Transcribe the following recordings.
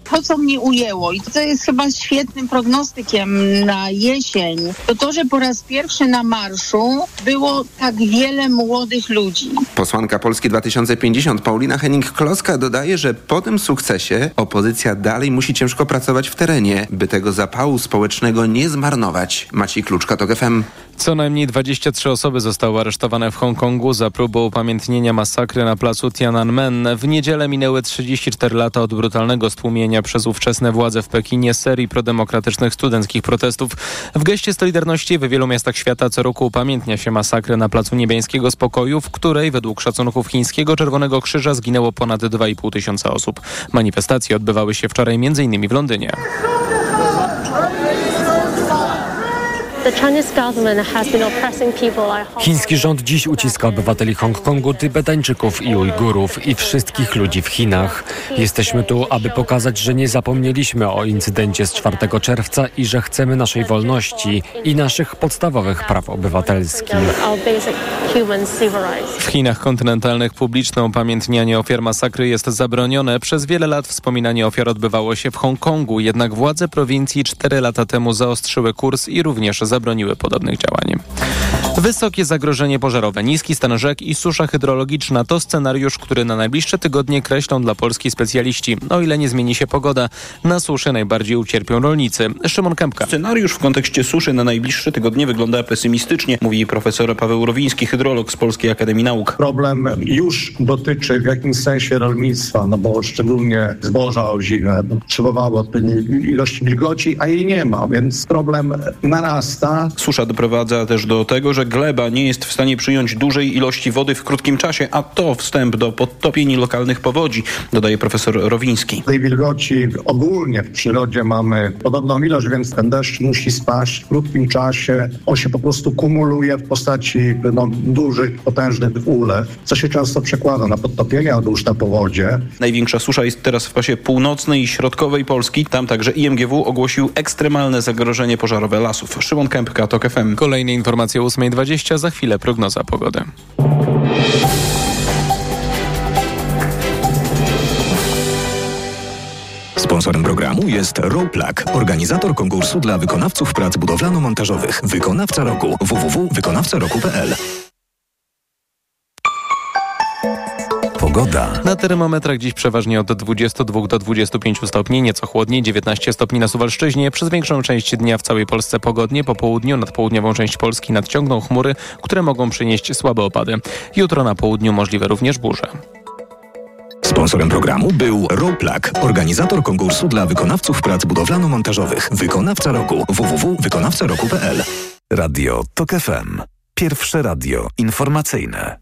to, co mnie ujęło i to jest chyba świetnym prognostykiem na jesień, to, że po raz pierwszy na marszu było tak wiele młodych ludzi. Posłanka Polski 2050 Paulina Hennig-Kloska dodaje, że po tym sukcesie opozycja dalej musi ciężko pracować w terenie, by tego zapału społecznego nie zmarnować. Maciej Kluczka, TOK FM. Co najmniej 23 osoby zostały aresztowane w Hongkongu za próbą upamiętnienia masakry na placu Tiananmen. W niedzielę minęły 34 lata od brutalnego stłumienia przez ówczesne władze w Pekinie serii prodemokratycznych studenckich protestów. W geście solidarności w wielu miastach świata co roku upamiętnia się masakrę na placu Niebiańskiego Spokoju, w której według szacunków chińskiego Czerwonego Krzyża zginęło ponad 2,5 tysiąca osób. Manifestacje odbywały się wczoraj m.in. w Londynie. Chiński rząd dziś uciska obywateli Hongkongu, Tybetańczyków i Ujgurów i wszystkich ludzi w Chinach. Jesteśmy tu, aby pokazać, że nie zapomnieliśmy o incydencie z 4 czerwca i że chcemy naszej wolności i naszych podstawowych praw obywatelskich. W Chinach kontynentalnych publiczne upamiętnianie ofiar masakry jest zabronione. Przez wiele lat wspominanie ofiar odbywało się w Hongkongu, jednak władze prowincji 4 lata temu zaostrzyły kurs i również zabroniły podobnych działań. Wysokie zagrożenie pożarowe, niski stan rzek i susza hydrologiczna to scenariusz, który na najbliższe tygodnie kreślą dla Polski specjaliści. O ile nie zmieni się pogoda, na suszy najbardziej ucierpią rolnicy. Szymon Kępka. Scenariusz w kontekście suszy na najbliższe tygodnie wygląda pesymistycznie, mówi profesor Paweł Rowiński, hydrolog z Polskiej Akademii Nauk. Problem już dotyczy w jakimś sensie rolnictwa, bo szczególnie zboża ozime potrzebowało odpowiedniej ilości wilgoci, a jej nie ma, więc problem narasta. Susza doprowadza też do tego, że gleba nie jest w stanie przyjąć dużej ilości wody w krótkim czasie, a to wstęp do podtopień i lokalnych powodzi, dodaje profesor Rowiński. Tej wilgoci ogólnie w przyrodzie mamy podobną ilość, więc ten deszcz musi spaść w krótkim czasie. On się po prostu kumuluje w postaci dużych, potężnych ulew, co się często przekłada na podtopienia albo już na powodzie. Największa susza jest teraz w pasie północnej i środkowej Polski. Tam także IMGW ogłosił ekstremalne zagrożenie pożarowe lasów. Szymon Kępka, TOK FM. Kolejne informacje o 8:20, za chwilę prognoza pogody. Sponsorem programu jest Roplak, organizator konkursu dla wykonawców prac budowlano-montażowych. Wykonawca roku www.wykonawcaroku.pl. Pogoda. Na termometrach dziś przeważnie od 22 do 25 stopni, nieco chłodniej, 19 stopni na Suwalszczyźnie. Przez większą część dnia w całej Polsce pogodnie. Po południu nad południową część Polski nadciągną chmury, które mogą przynieść słabe opady. Jutro na południu możliwe również burze. Sponsorem programu był Roplak, organizator konkursu dla wykonawców prac budowlano-montażowych. Wykonawca roku www.wykonawcaroku.pl. Radio TOK FM. Pierwsze radio informacyjne.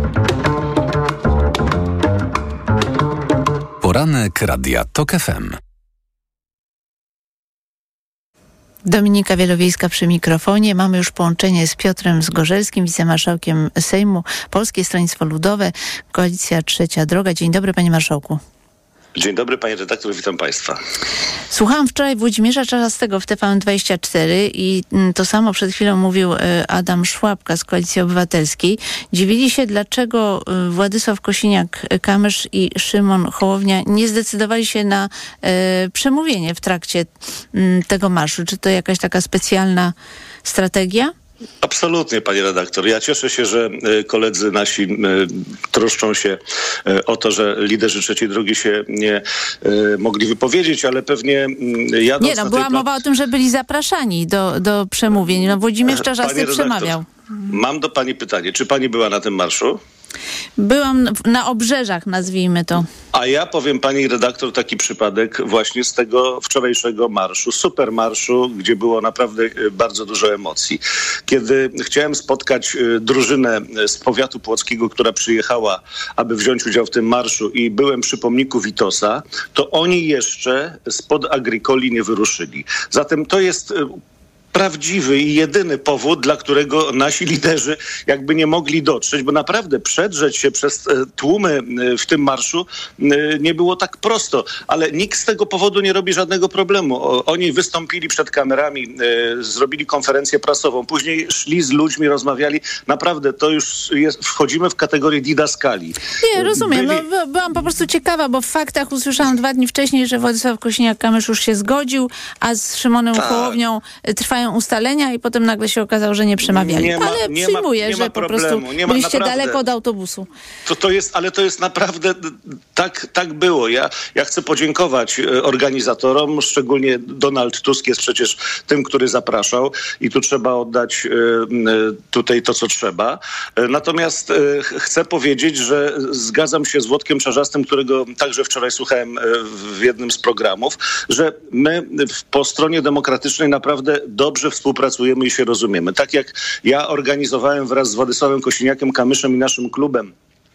Poranek Radia TOK FM. Dominika Wielowiejska przy mikrofonie. Mamy już połączenie z Piotrem Zgorzelskim, wicemarszałkiem Sejmu, Polskie Stronnictwo Ludowe, Koalicja Trzecia Droga. Dzień dobry, panie marszałku. Dzień dobry, panie redaktor, witam państwa. Słuchałam wczoraj Włodzimierza Czarzastego w TVN24 i to samo przed chwilą mówił Adam Szłapka z Koalicji Obywatelskiej. Dziwili się, dlaczego Władysław Kosiniak-Kamysz i Szymon Hołownia nie zdecydowali się na przemówienie w trakcie tego marszu. Czy to jakaś taka specjalna strategia? Absolutnie, panie redaktor. Ja cieszę się, że koledzy nasi troszczą się o to, że liderzy Trzeciej Drogi się nie mogli wypowiedzieć, ale pewnie jadąc nie, była mowa o tym, że byli zapraszani do przemówień. Włodzimierz Czarzasty przemawiał. Mam do pani pytanie. Czy pani była na tym marszu? Byłam na obrzeżach, nazwijmy to. A ja powiem pani redaktor taki przypadek właśnie z tego wczorajszego marszu, super marszu, gdzie było naprawdę bardzo dużo emocji. Kiedy chciałem spotkać drużynę z powiatu płockiego, która przyjechała, aby wziąć udział w tym marszu i byłem przy pomniku Witosa, to oni jeszcze spod Agricoli nie wyruszyli. Zatem to jest prawdziwy i jedyny powód, dla którego nasi liderzy jakby nie mogli dotrzeć, bo naprawdę przedrzeć się przez tłumy w tym marszu nie było tak prosto, ale nikt z tego powodu nie robi żadnego problemu. Oni wystąpili przed kamerami, zrobili konferencję prasową, później szli z ludźmi, rozmawiali. Naprawdę to już wchodzimy w kategorię didaskali. Nie, rozumiem. Byłam po prostu ciekawa, bo w faktach usłyszałam 2 dni wcześniej, że Władysław Kosiniak-Kamysz już się zgodził, a z Szymonem Hołownią trwają ustalenia i potem nagle się okazało, że nie przemawiali. Ale przyjmuję, że po prostu byliście daleko od autobusu. To jest naprawdę tak było. Ja chcę podziękować organizatorom, szczególnie Donald Tusk jest przecież tym, który zapraszał i tu trzeba oddać tutaj to, co trzeba. Natomiast chcę powiedzieć, że zgadzam się z Włodkiem Czarzastym, którego także wczoraj słuchałem w jednym z programów, że my po stronie demokratycznej naprawdę dobrze współpracujemy i się rozumiemy. Tak jak ja organizowałem wraz z Władysławem Kosiniakiem-Kamyszem i naszym klubem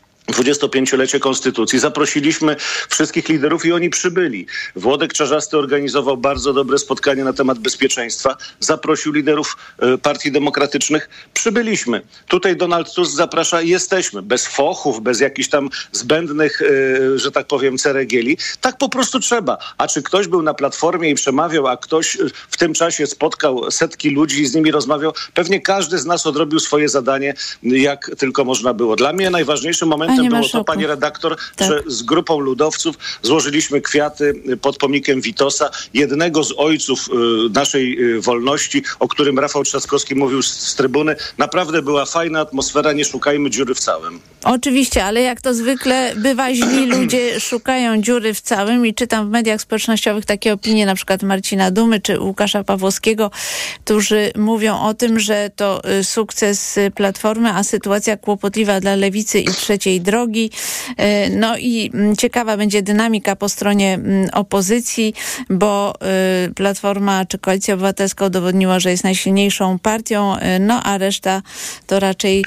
25-lecie Konstytucji. Zaprosiliśmy wszystkich liderów i oni przybyli. Włodek Czarzasty organizował bardzo dobre spotkanie na temat bezpieczeństwa. Zaprosił liderów partii demokratycznych. Przybyliśmy. Tutaj Donald Tusk zaprasza i jesteśmy. Bez fochów, bez jakichś tam zbędnych, że tak powiem, ceregieli. Tak po prostu trzeba. A czy ktoś był na Platformie i przemawiał, a ktoś w tym czasie spotkał setki ludzi i z nimi rozmawiał? Pewnie każdy z nas odrobił swoje zadanie, jak tylko można było. Dla mnie najważniejszym momentem było to, pani redaktor, że z grupą ludowców złożyliśmy kwiaty pod pomnikiem Witosa, jednego z ojców naszej wolności, o którym Rafał Trzaskowski mówił z trybuny. Naprawdę była fajna atmosfera, nie szukajmy dziury w całym. Oczywiście, ale jak to zwykle bywa, źli ludzie szukają dziury w całym i czytam w mediach społecznościowych takie opinie, na przykład Marcina Dumy czy Łukasza Pawłowskiego, którzy mówią o tym, że to sukces Platformy, a sytuacja kłopotliwa dla Lewicy i Trzeciej Drogi. No i ciekawa będzie dynamika po stronie opozycji, bo Platforma czy Koalicja Obywatelska udowodniła, że jest najsilniejszą partią, no a reszta to raczej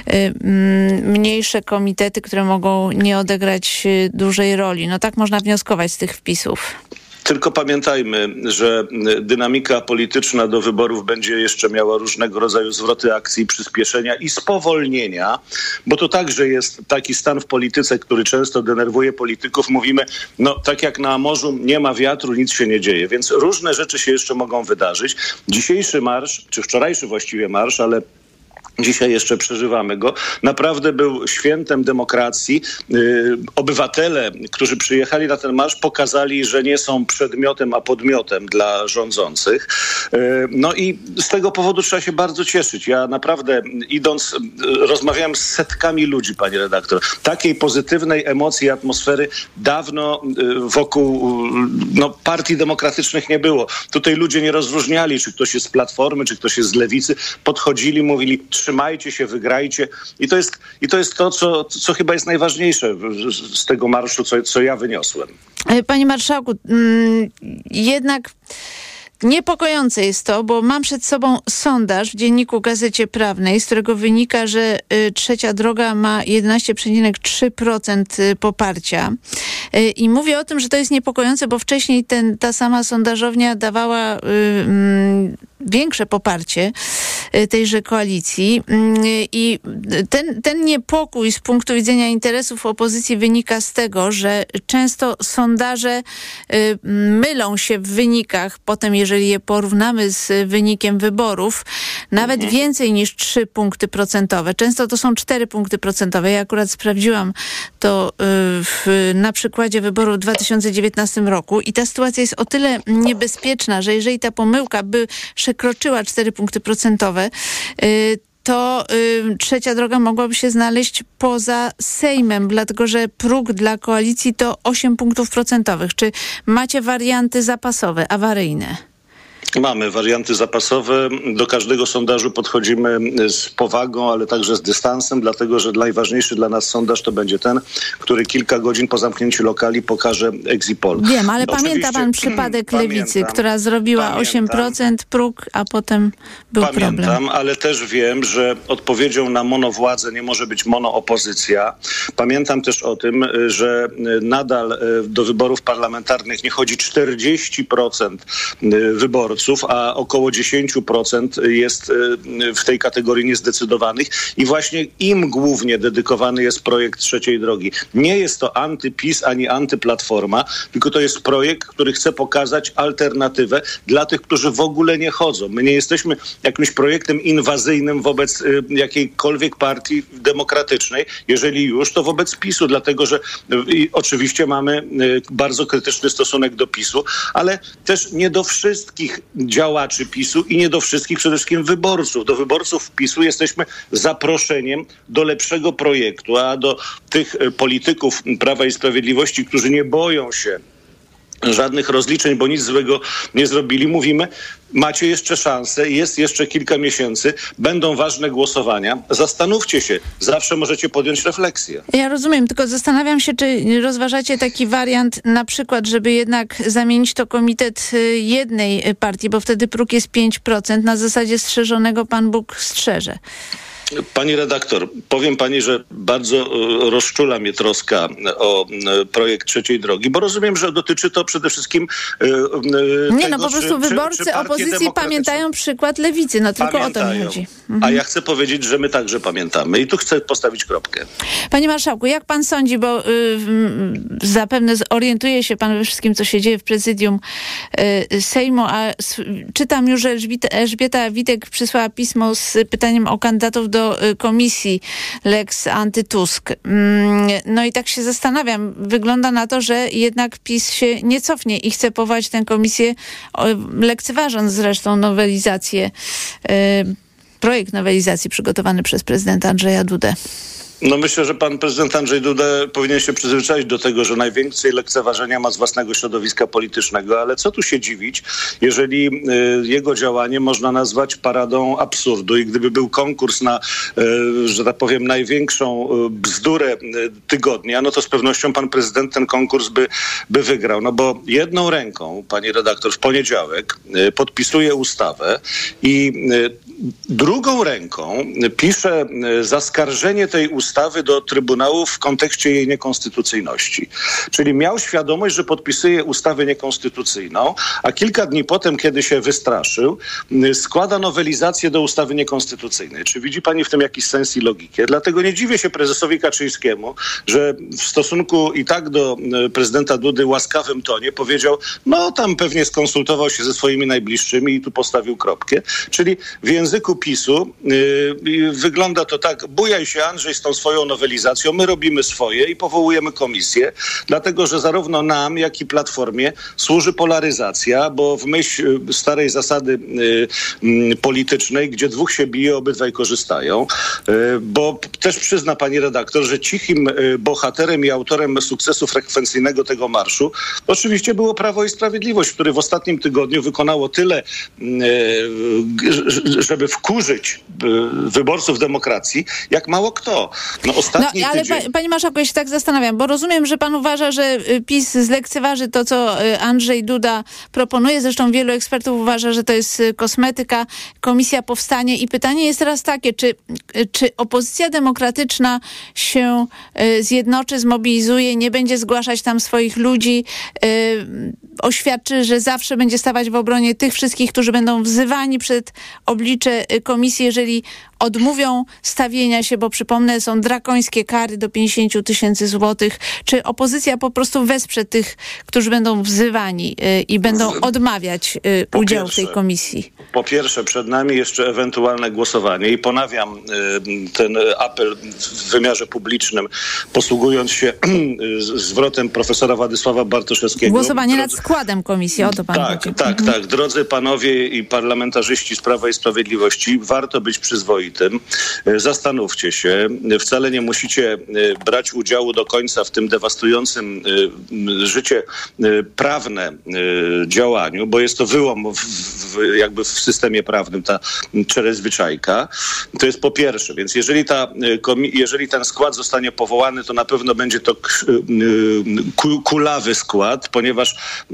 mniejsze komitety, które mogą nie odegrać dużej roli. No tak można wnioskować z tych wpisów. Tylko pamiętajmy, że dynamika polityczna do wyborów będzie jeszcze miała różnego rodzaju zwroty akcji, przyspieszenia i spowolnienia, bo to także jest taki stan w polityce, który często denerwuje polityków. Mówimy, no tak jak na morzu nie ma wiatru, nic się nie dzieje, więc różne rzeczy się jeszcze mogą wydarzyć. Dzisiejszy marsz, czy wczorajszy właściwie marsz, ale dzisiaj jeszcze przeżywamy go. Naprawdę był świętem demokracji. Obywatele, którzy przyjechali na ten marsz, pokazali, że nie są przedmiotem, a podmiotem dla rządzących. No i z tego powodu trzeba się bardzo cieszyć. Ja naprawdę idąc, rozmawiałem z setkami ludzi, pani redaktor. Takiej pozytywnej emocji, atmosfery dawno wokół partii demokratycznych nie było. Tutaj ludzie nie rozróżniali, czy ktoś jest z Platformy, czy ktoś jest z Lewicy. Podchodzili, mówili, trzymajcie się, wygrajcie. I to jest to, co chyba jest najważniejsze z tego marszu, co ja wyniosłem. Panie marszałku, jednak niepokojące jest to, bo mam przed sobą sondaż w Dzienniku Gazecie Prawnej, z którego wynika, że Trzecia Droga ma 11,3% poparcia. I mówię o tym, że to jest niepokojące, bo wcześniej ta sama sondażownia dawała większe poparcie tejże koalicji. I ten niepokój z punktu widzenia interesów opozycji wynika z tego, że często sondaże mylą się w wynikach, potem jeżeli je porównamy z wynikiem wyborów, nawet więcej niż 3 punkty procentowe. Często to są 4 punkty procentowe. Ja akurat sprawdziłam to na przykładzie wyboru w 2019 roku i ta sytuacja jest o tyle niebezpieczna, że jeżeli ta pomyłka by przekroczyła 4 punkty procentowe, to Trzecia Droga mogłaby się znaleźć poza Sejmem, dlatego że próg dla koalicji to 8 punktów procentowych. Czy macie warianty zapasowe, awaryjne? Mamy warianty zapasowe. Do każdego sondażu podchodzimy z powagą, ale także z dystansem, dlatego że najważniejszy dla nas sondaż to będzie ten, który kilka godzin po zamknięciu lokali pokaże exit poll. Wiem, ale pamięta pan przypadek Lewicy, która zrobiła 8% próg, a potem był problem. Pamiętam, ale też wiem, że odpowiedzią na monowładzę nie może być monoopozycja. Pamiętam też o tym, że nadal do wyborów parlamentarnych nie chodzi 40% wyborców, wyborców, a około 10% jest w tej kategorii niezdecydowanych i właśnie im głównie dedykowany jest projekt Trzeciej Drogi. Nie jest to antyPiS ani antyplatforma, tylko to jest projekt, który chce pokazać alternatywę dla tych, którzy w ogóle nie chodzą. My nie jesteśmy jakimś projektem inwazyjnym wobec jakiejkolwiek partii demokratycznej. Jeżeli już, to wobec PiS-u, dlatego że oczywiście mamy bardzo krytyczny stosunek do PiS-u, ale też nie do wszystkich działaczy PiS-u i nie do wszystkich przede wszystkim wyborców. Do wyborców PiS-u jesteśmy zaproszeniem do lepszego projektu, a do tych polityków Prawa i Sprawiedliwości, którzy nie boją się żadnych rozliczeń, bo nic złego nie zrobili, mówimy: macie jeszcze szansę, jest jeszcze kilka miesięcy, będą ważne głosowania. Zastanówcie się, zawsze możecie podjąć refleksję. Ja rozumiem, tylko zastanawiam się, czy rozważacie taki wariant, na przykład, żeby jednak zamienić to komitet jednej partii, bo wtedy próg jest 5%, na zasadzie strzeżonego Pan Bóg strzeże. Pani redaktor, powiem pani, że bardzo rozczula mnie troska o projekt Trzeciej Drogi, bo rozumiem, że dotyczy to przede wszystkim tego, po prostu wyborcy opozycji pamiętają przykład Lewicy, tylko o to mi chodzi. A ja chcę powiedzieć, że my także pamiętamy i tu chcę postawić kropkę. Panie marszałku, jak pan sądzi, bo zapewne zorientuje się pan we wszystkim, co się dzieje w prezydium Sejmu, a czytam już, że Elżbieta Witek przysłała pismo z pytaniem o kandydatów do komisji Lex Antytusk. No i tak się zastanawiam. Wygląda na to, że jednak PiS się nie cofnie i chce powołać tę komisję, lekceważąc zresztą nowelizację, projekt nowelizacji przygotowany przez prezydenta Andrzeja Dudę. No myślę, że pan prezydent Andrzej Duda powinien się przyzwyczaić do tego, że najwięcej lekceważenia ma z własnego środowiska politycznego, ale co tu się dziwić, jeżeli jego działanie można nazwać paradą absurdu i gdyby był konkurs na, że tak powiem, największą bzdurę tygodnia, no to z pewnością pan prezydent ten konkurs by wygrał. No bo jedną ręką, pani redaktor, w poniedziałek podpisuje ustawę i drugą ręką pisze zaskarżenie tej ustawy do Trybunału w kontekście jej niekonstytucyjności. Czyli miał świadomość, że podpisuje ustawę niekonstytucyjną, a kilka dni potem, kiedy się wystraszył, składa nowelizację do ustawy niekonstytucyjnej. Czy widzi pani w tym jakiś sens i logikę? Dlatego nie dziwię się prezesowi Kaczyńskiemu, że w stosunku i tak do prezydenta Dudy łaskawym tonie powiedział: no tam pewnie skonsultował się ze swoimi najbliższymi i tu postawił kropkę. Czyli w języku PiS-u wygląda to tak: bujaj się, Andrzej, z tą swoją nowelizacją, my robimy swoje i powołujemy komisję, dlatego że zarówno nam, jak i Platformie służy polaryzacja, bo w myśl starej zasady politycznej, gdzie dwóch się bije, obydwaj korzystają, bo też przyzna pani redaktor, że cichym bohaterem i autorem sukcesu frekwencyjnego tego marszu oczywiście było Prawo i Sprawiedliwość, które w ostatnim tygodniu wykonało tyle, żeby wkurzyć wyborców demokracji, jak mało kto. Ale panie marszałku, ja się tak zastanawiam, bo rozumiem, że pan uważa, że PiS zlekceważy to, co Andrzej Duda proponuje. Zresztą wielu ekspertów uważa, że to jest kosmetyka. Komisja powstanie i pytanie jest teraz takie, czy opozycja demokratyczna się zjednoczy, zmobilizuje, nie będzie zgłaszać tam swoich ludzi, oświadczy, że zawsze będzie stawać w obronie tych wszystkich, którzy będą wzywani przed oblicze komisji, jeżeli odmówią stawienia się, bo przypomnę, są drakońskie kary do 50 000 złotych. Czy opozycja po prostu wesprze tych, którzy będą wzywani i będą odmawiać udziału w tej komisji? Po pierwsze, przed nami jeszcze ewentualne głosowanie i ponawiam ten apel w wymiarze publicznym, posługując się zwrotem profesora Władysława Bartoszewskiego. Głosowanie nad składem komisji, o to pan chodzi. Tak. Drodzy panowie i parlamentarzyści z Prawa i Sprawiedliwości, warto być przyzwoitym. Zastanówcie się. Wcale nie musicie brać udziału do końca w tym dewastującym życie prawne działaniu, bo jest to wyłom jakby w systemie prawnym, ta czerezwyczajka. To jest po pierwsze. Więc jeżeli ten skład zostanie powołany, to na pewno będzie to kulawy skład, ponieważ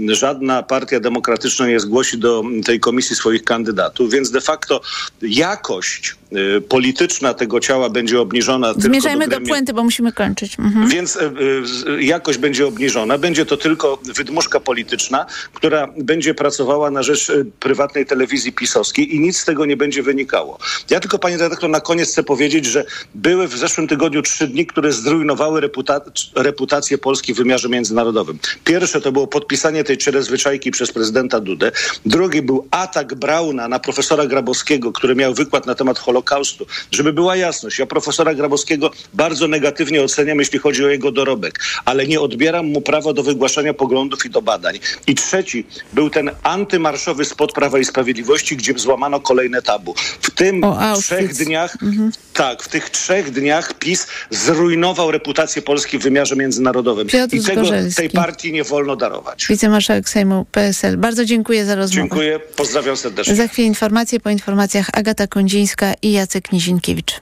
żadna partia demokratyczna nie zgłosi do tej komisji swoich kandydatów, więc de facto jakość polityczna tego ciała będzie obniżona. Zmierzajmy do puenty, bo musimy kończyć. Więc jakość będzie obniżona. Będzie to tylko wydmuszka polityczna, która będzie pracowała na rzecz prywatnej telewizji pisowskiej i nic z tego nie będzie wynikało. Ja tylko, pani redaktor, na koniec chcę powiedzieć, że były w zeszłym tygodniu 3 dni, które zrujnowały reputację Polski w wymiarze międzynarodowym. Pierwsze to było podpisanie tej czerezwyczajki przez prezydenta Dudę. Drugi był atak Brauna na profesora Grabowskiego, który miał wykład na temat Holokaustu. Żeby była jasność, ja profesora Grabowskiego bardzo negatywnie oceniam, jeśli chodzi o jego dorobek, ale nie odbieram mu prawa do wygłaszania poglądów i do badań. I trzeci był ten antymarszowy spot Prawa i Sprawiedliwości, gdzie złamano kolejne tabu. W tym 3 dniach, w tych 3 dniach PiS zrujnował reputację Polski w wymiarze międzynarodowym. Piotr I Zgorzelski. tej partii nie wolno darować. Wicemarszałek Sejmu PSL. Bardzo dziękuję za rozmowę. Dziękuję, pozdrawiam serdecznie. Za chwilę informacje, po informacjach Agata Kondzińska i Jacek Nizinkiewicz.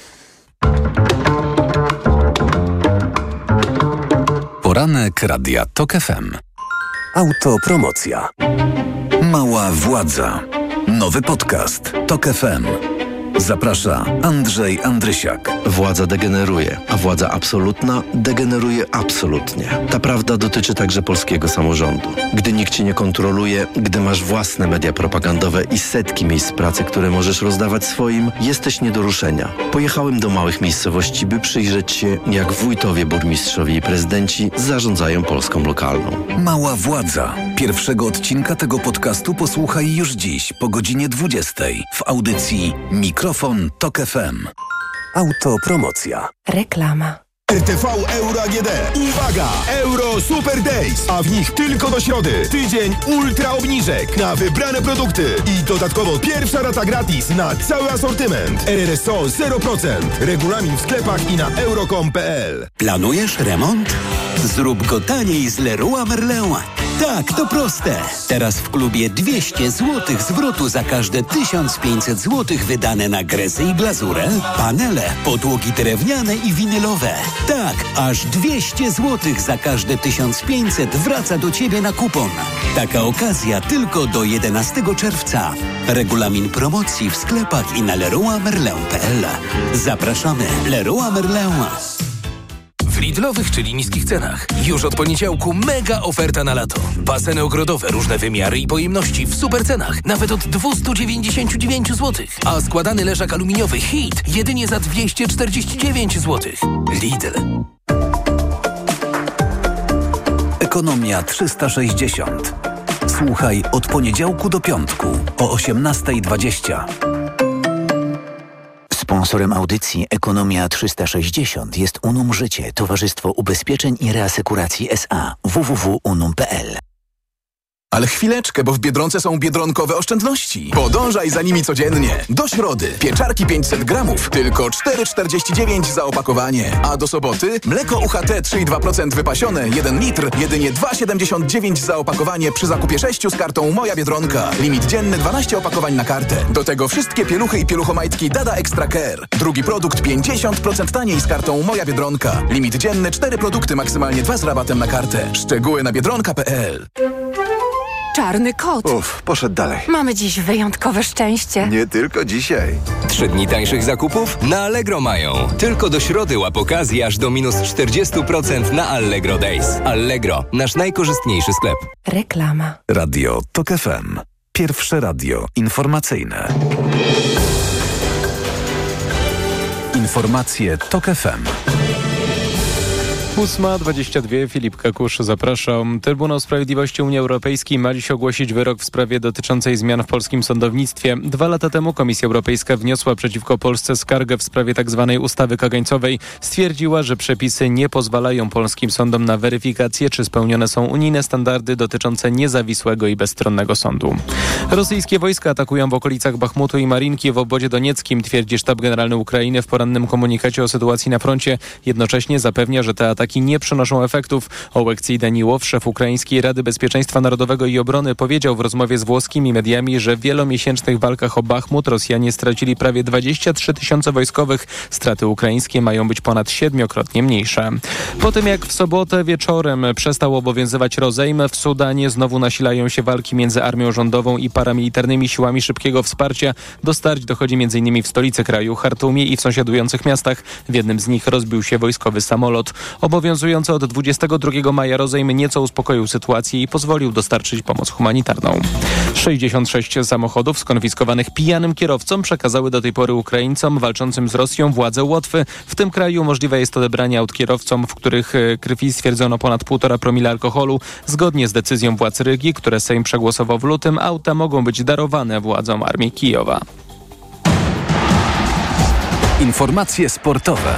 Poranek Radia TOK FM. Autopromocja. Mała władza. Nowy podcast TOK FM. Zaprasza Andrzej Andrysiak. Władza degeneruje, a władza absolutna degeneruje absolutnie. Ta prawda dotyczy także polskiego samorządu. Gdy nikt cię nie kontroluje, gdy masz własne media propagandowe i setki miejsc pracy, które możesz rozdawać swoim, jesteś nie do ruszenia. Pojechałem do małych miejscowości, by przyjrzeć się, jak wójtowie, burmistrzowie i prezydenci zarządzają Polską lokalną. Mała władza. Pierwszego odcinka tego podcastu posłuchaj już dziś po godzinie 20 w audycji Mikrofon TOK FM. Autopromocja. Reklama. RTV Euro AGD. Uwaga! Euro Super Days, a w nich tylko do środy. Tydzień ultra obniżek na wybrane produkty i dodatkowo pierwsza rata gratis na cały asortyment. RRSO 0%. Regulamin w sklepach i na euro.com.pl. Planujesz remont? Zrób go taniej z Leroy Merlin. Tak, to proste. Teraz w klubie 200 zł zwrotu za każde 1500 zł wydane na gresy i glazurę, panele, podłogi drewniane i winylowe. Tak, aż 200 zł za każde 1500 wraca do Ciebie na kupon. Taka okazja tylko do 11 czerwca. Regulamin promocji w sklepach i na leroymerlin.pl. Zapraszamy. Leroy Merlin. W Lidlowych, czyli niskich cenach. Już od poniedziałku mega oferta na lato. Baseny ogrodowe, różne wymiary i pojemności w super cenach. Nawet od 299 zł. A składany leżak aluminiowy Hit jedynie za 249 zł. Lidl. Ekonomia 360. Słuchaj od poniedziałku do piątku o 18:20. Sponsorem audycji Ekonomia 360 jest Unum Życie, Towarzystwo Ubezpieczeń i Reasekuracji S.A. www.unum.pl. Ale chwileczkę, bo w Biedronce są biedronkowe oszczędności. Podążaj za nimi codziennie. Do środy pieczarki 500 gramów, tylko 4,49 za opakowanie. A do soboty mleko UHT 3,2% wypasione, 1 litr, jedynie 2,79 za opakowanie przy zakupie 6 z kartą Moja Biedronka. Limit dzienny 12 opakowań na kartę. Do tego wszystkie pieluchy i pieluchomajtki Dada Extra Care. Drugi produkt 50% taniej z kartą Moja Biedronka. Limit dzienny 4 produkty, maksymalnie 2 z rabatem na kartę. Szczegóły na biedronka.pl. Czarny kot. Poszedł dalej. Mamy dziś wyjątkowe szczęście. Nie tylko dzisiaj. 3 dni tańszych zakupów na Allegro mają. Tylko do środy łap okazji aż do minus 40% na Allegro Days. Allegro, nasz najkorzystniejszy sklep. Reklama. Radio TOK FM. Pierwsze radio informacyjne. Informacje TOK FM. 8:22, Filip Kakusz, zapraszam. Trybunał Sprawiedliwości Unii Europejskiej ma dziś ogłosić wyrok w sprawie dotyczącej zmian w polskim sądownictwie. 2 lata temu Komisja Europejska wniosła przeciwko Polsce skargę w sprawie tzw. ustawy kagańcowej. Stwierdziła, że przepisy nie pozwalają polskim sądom na weryfikację, czy spełnione są unijne standardy dotyczące niezawisłego i bezstronnego sądu. Rosyjskie wojska atakują w okolicach Bachmutu i Marinki w obwodzie donieckim, twierdzi Sztab Generalny Ukrainy w porannym komunikacie o sytuacji na froncie. Jednocześnie zapewnia, że te ataki ataki nie przynoszą efektów. Oleksij Daniłow, szef Ukraińskiej Rady Bezpieczeństwa Narodowego i Obrony, powiedział w rozmowie z włoskimi mediami, że w wielomiesięcznych walkach o Bachmut Rosjanie stracili prawie 23 tysiące wojskowych. Straty ukraińskie mają być ponad 7-krotnie mniejsze. Po tym jak w sobotę wieczorem przestał obowiązywać rozejm, w Sudanie znowu nasilają się walki między armią rządową i paramilitarnymi siłami szybkiego wsparcia. Do starć dochodzi m.in. w stolicy kraju, Chartumie i w sąsiadujących miastach. W jednym z nich rozbił się wojskowy samolot. Obowiązujący od 22 maja rozejm nieco uspokoił sytuację i pozwolił dostarczyć pomoc humanitarną. 66 samochodów skonfiskowanych pijanym kierowcom przekazały do tej pory Ukraińcom walczącym z Rosją władze Łotwy. W tym kraju możliwe jest odebranie aut kierowcom, w których krwi stwierdzono ponad 1,5 promila alkoholu. Zgodnie z decyzją władz Rygi, które Sejm przegłosował w lutym, auta mogą być darowane władzom Armii Kijowa. Informacje sportowe.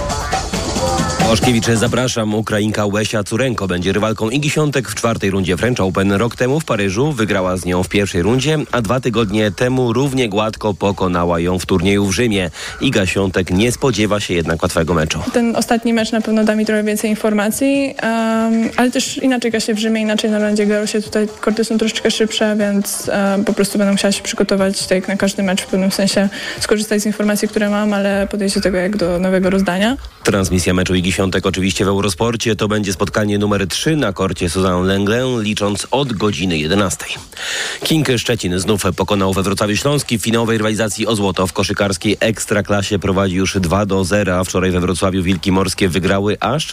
Oszkiewicz, zapraszam. Ukrainka Łesia Curenko będzie rywalką Igi Świątek w 4. rundzie French Open. Rok temu w Paryżu wygrała z nią w 1. rundzie, a 2 tygodnie temu równie gładko pokonała ją w turnieju w Rzymie. Iga Świątek nie spodziewa się jednak łatwego meczu. Ten ostatni mecz na pewno da mi trochę więcej informacji, ale też inaczej gra się w Rzymie, inaczej na rondzie grało się tutaj. Korty są troszeczkę szybsze, więc po prostu będę musiała się przygotować tak jak na każdy mecz, w pewnym sensie skorzystać z informacji, które mam, ale podejść do tego jak do nowego rozdania. Transmisja meczu Igi Świątek oczywiście w Eurosporcie. To będzie spotkanie numer 3 na korcie Suzanne Lenglen, licząc od godziny 11. King Szczecin znów pokonał we Wrocławiu Śląski w finałowej rywalizacji o złoto. W koszykarskiej Ekstraklasie prowadzi już 2-0, a wczoraj we Wrocławiu Wilki Morskie wygrały aż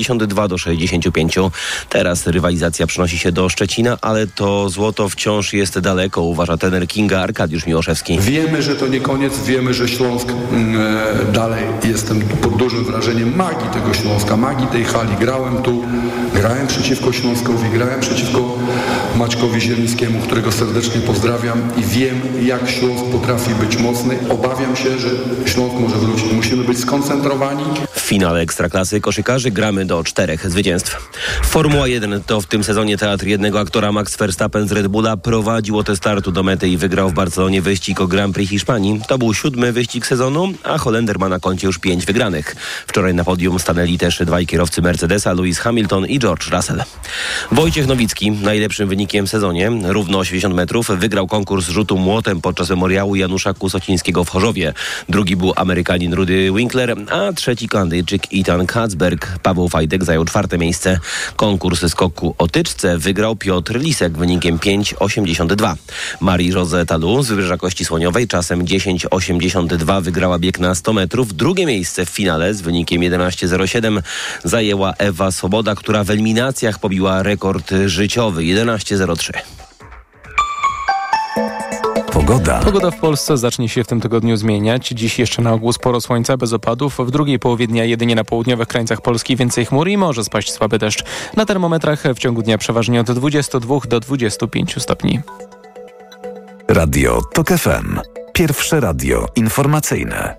92-65. Teraz rywalizacja przenosi się do Szczecina, ale to złoto wciąż jest daleko, uważa trener Kinga Arkadiusz Miłoszewski. Wiemy, że to nie koniec, wiemy, że Śląsk dalej jestem pod dużym wrażeniem magii tego Śląska, magii tej hali. Grałem tu, grałem przeciwko Śląskowi, grałem przeciwko Maćkowi Zielińskiemu, którego serdecznie pozdrawiam i wiem, jak Śląsk potrafi być mocny. Obawiam się, że Śląsk może wrócić. Musimy być skoncentrowani. W finale Ekstraklasy koszykarzy gramy do 4 zwycięstw. Formuła 1 to w tym sezonie teatr jednego aktora. Max Verstappen z Red Bulla prowadził od startu do mety i wygrał w Barcelonie wyścig o Grand Prix Hiszpanii. To był 7. wyścig sezonu, a Holender ma na koncie już 5 wygranych. Wczoraj na podium stanęli też 2 kierowcy Mercedesa, Lewis Hamilton i George Russell. Wojciech Nowicki, najlepszym wynikiem w sezonie, równo 80 metrów, wygrał konkurs rzutu młotem podczas memoriału Janusza Kusocińskiego w Chorzowie. Drugi był Amerykanin Rudy Winkler, a trzeci Kanadyjczyk Ethan Kacberg. Paweł Fajdek zajął 4. miejsce. Konkurs skoku o tyczce wygrał Piotr Lisek wynikiem 5,82. Marie-José Talu z Wybrzeża Kości Słoniowej czasem 10,82 wygrała bieg na 100 metrów. Drugie miejsce w finale z wynikiem 11,07 zajęła Ewa Swoboda, która w eliminacjach pobiła rekord życiowy 11,03. Pogoda w Polsce zacznie się w tym tygodniu zmieniać. Dziś jeszcze na ogół sporo słońca, bez opadów. W drugiej połowie dnia jedynie na południowych krańcach Polski więcej chmur i może spaść słaby deszcz. Na termometrach w ciągu dnia przeważnie od 22 do 25 stopni. Radio TOK FM. Pierwsze radio informacyjne.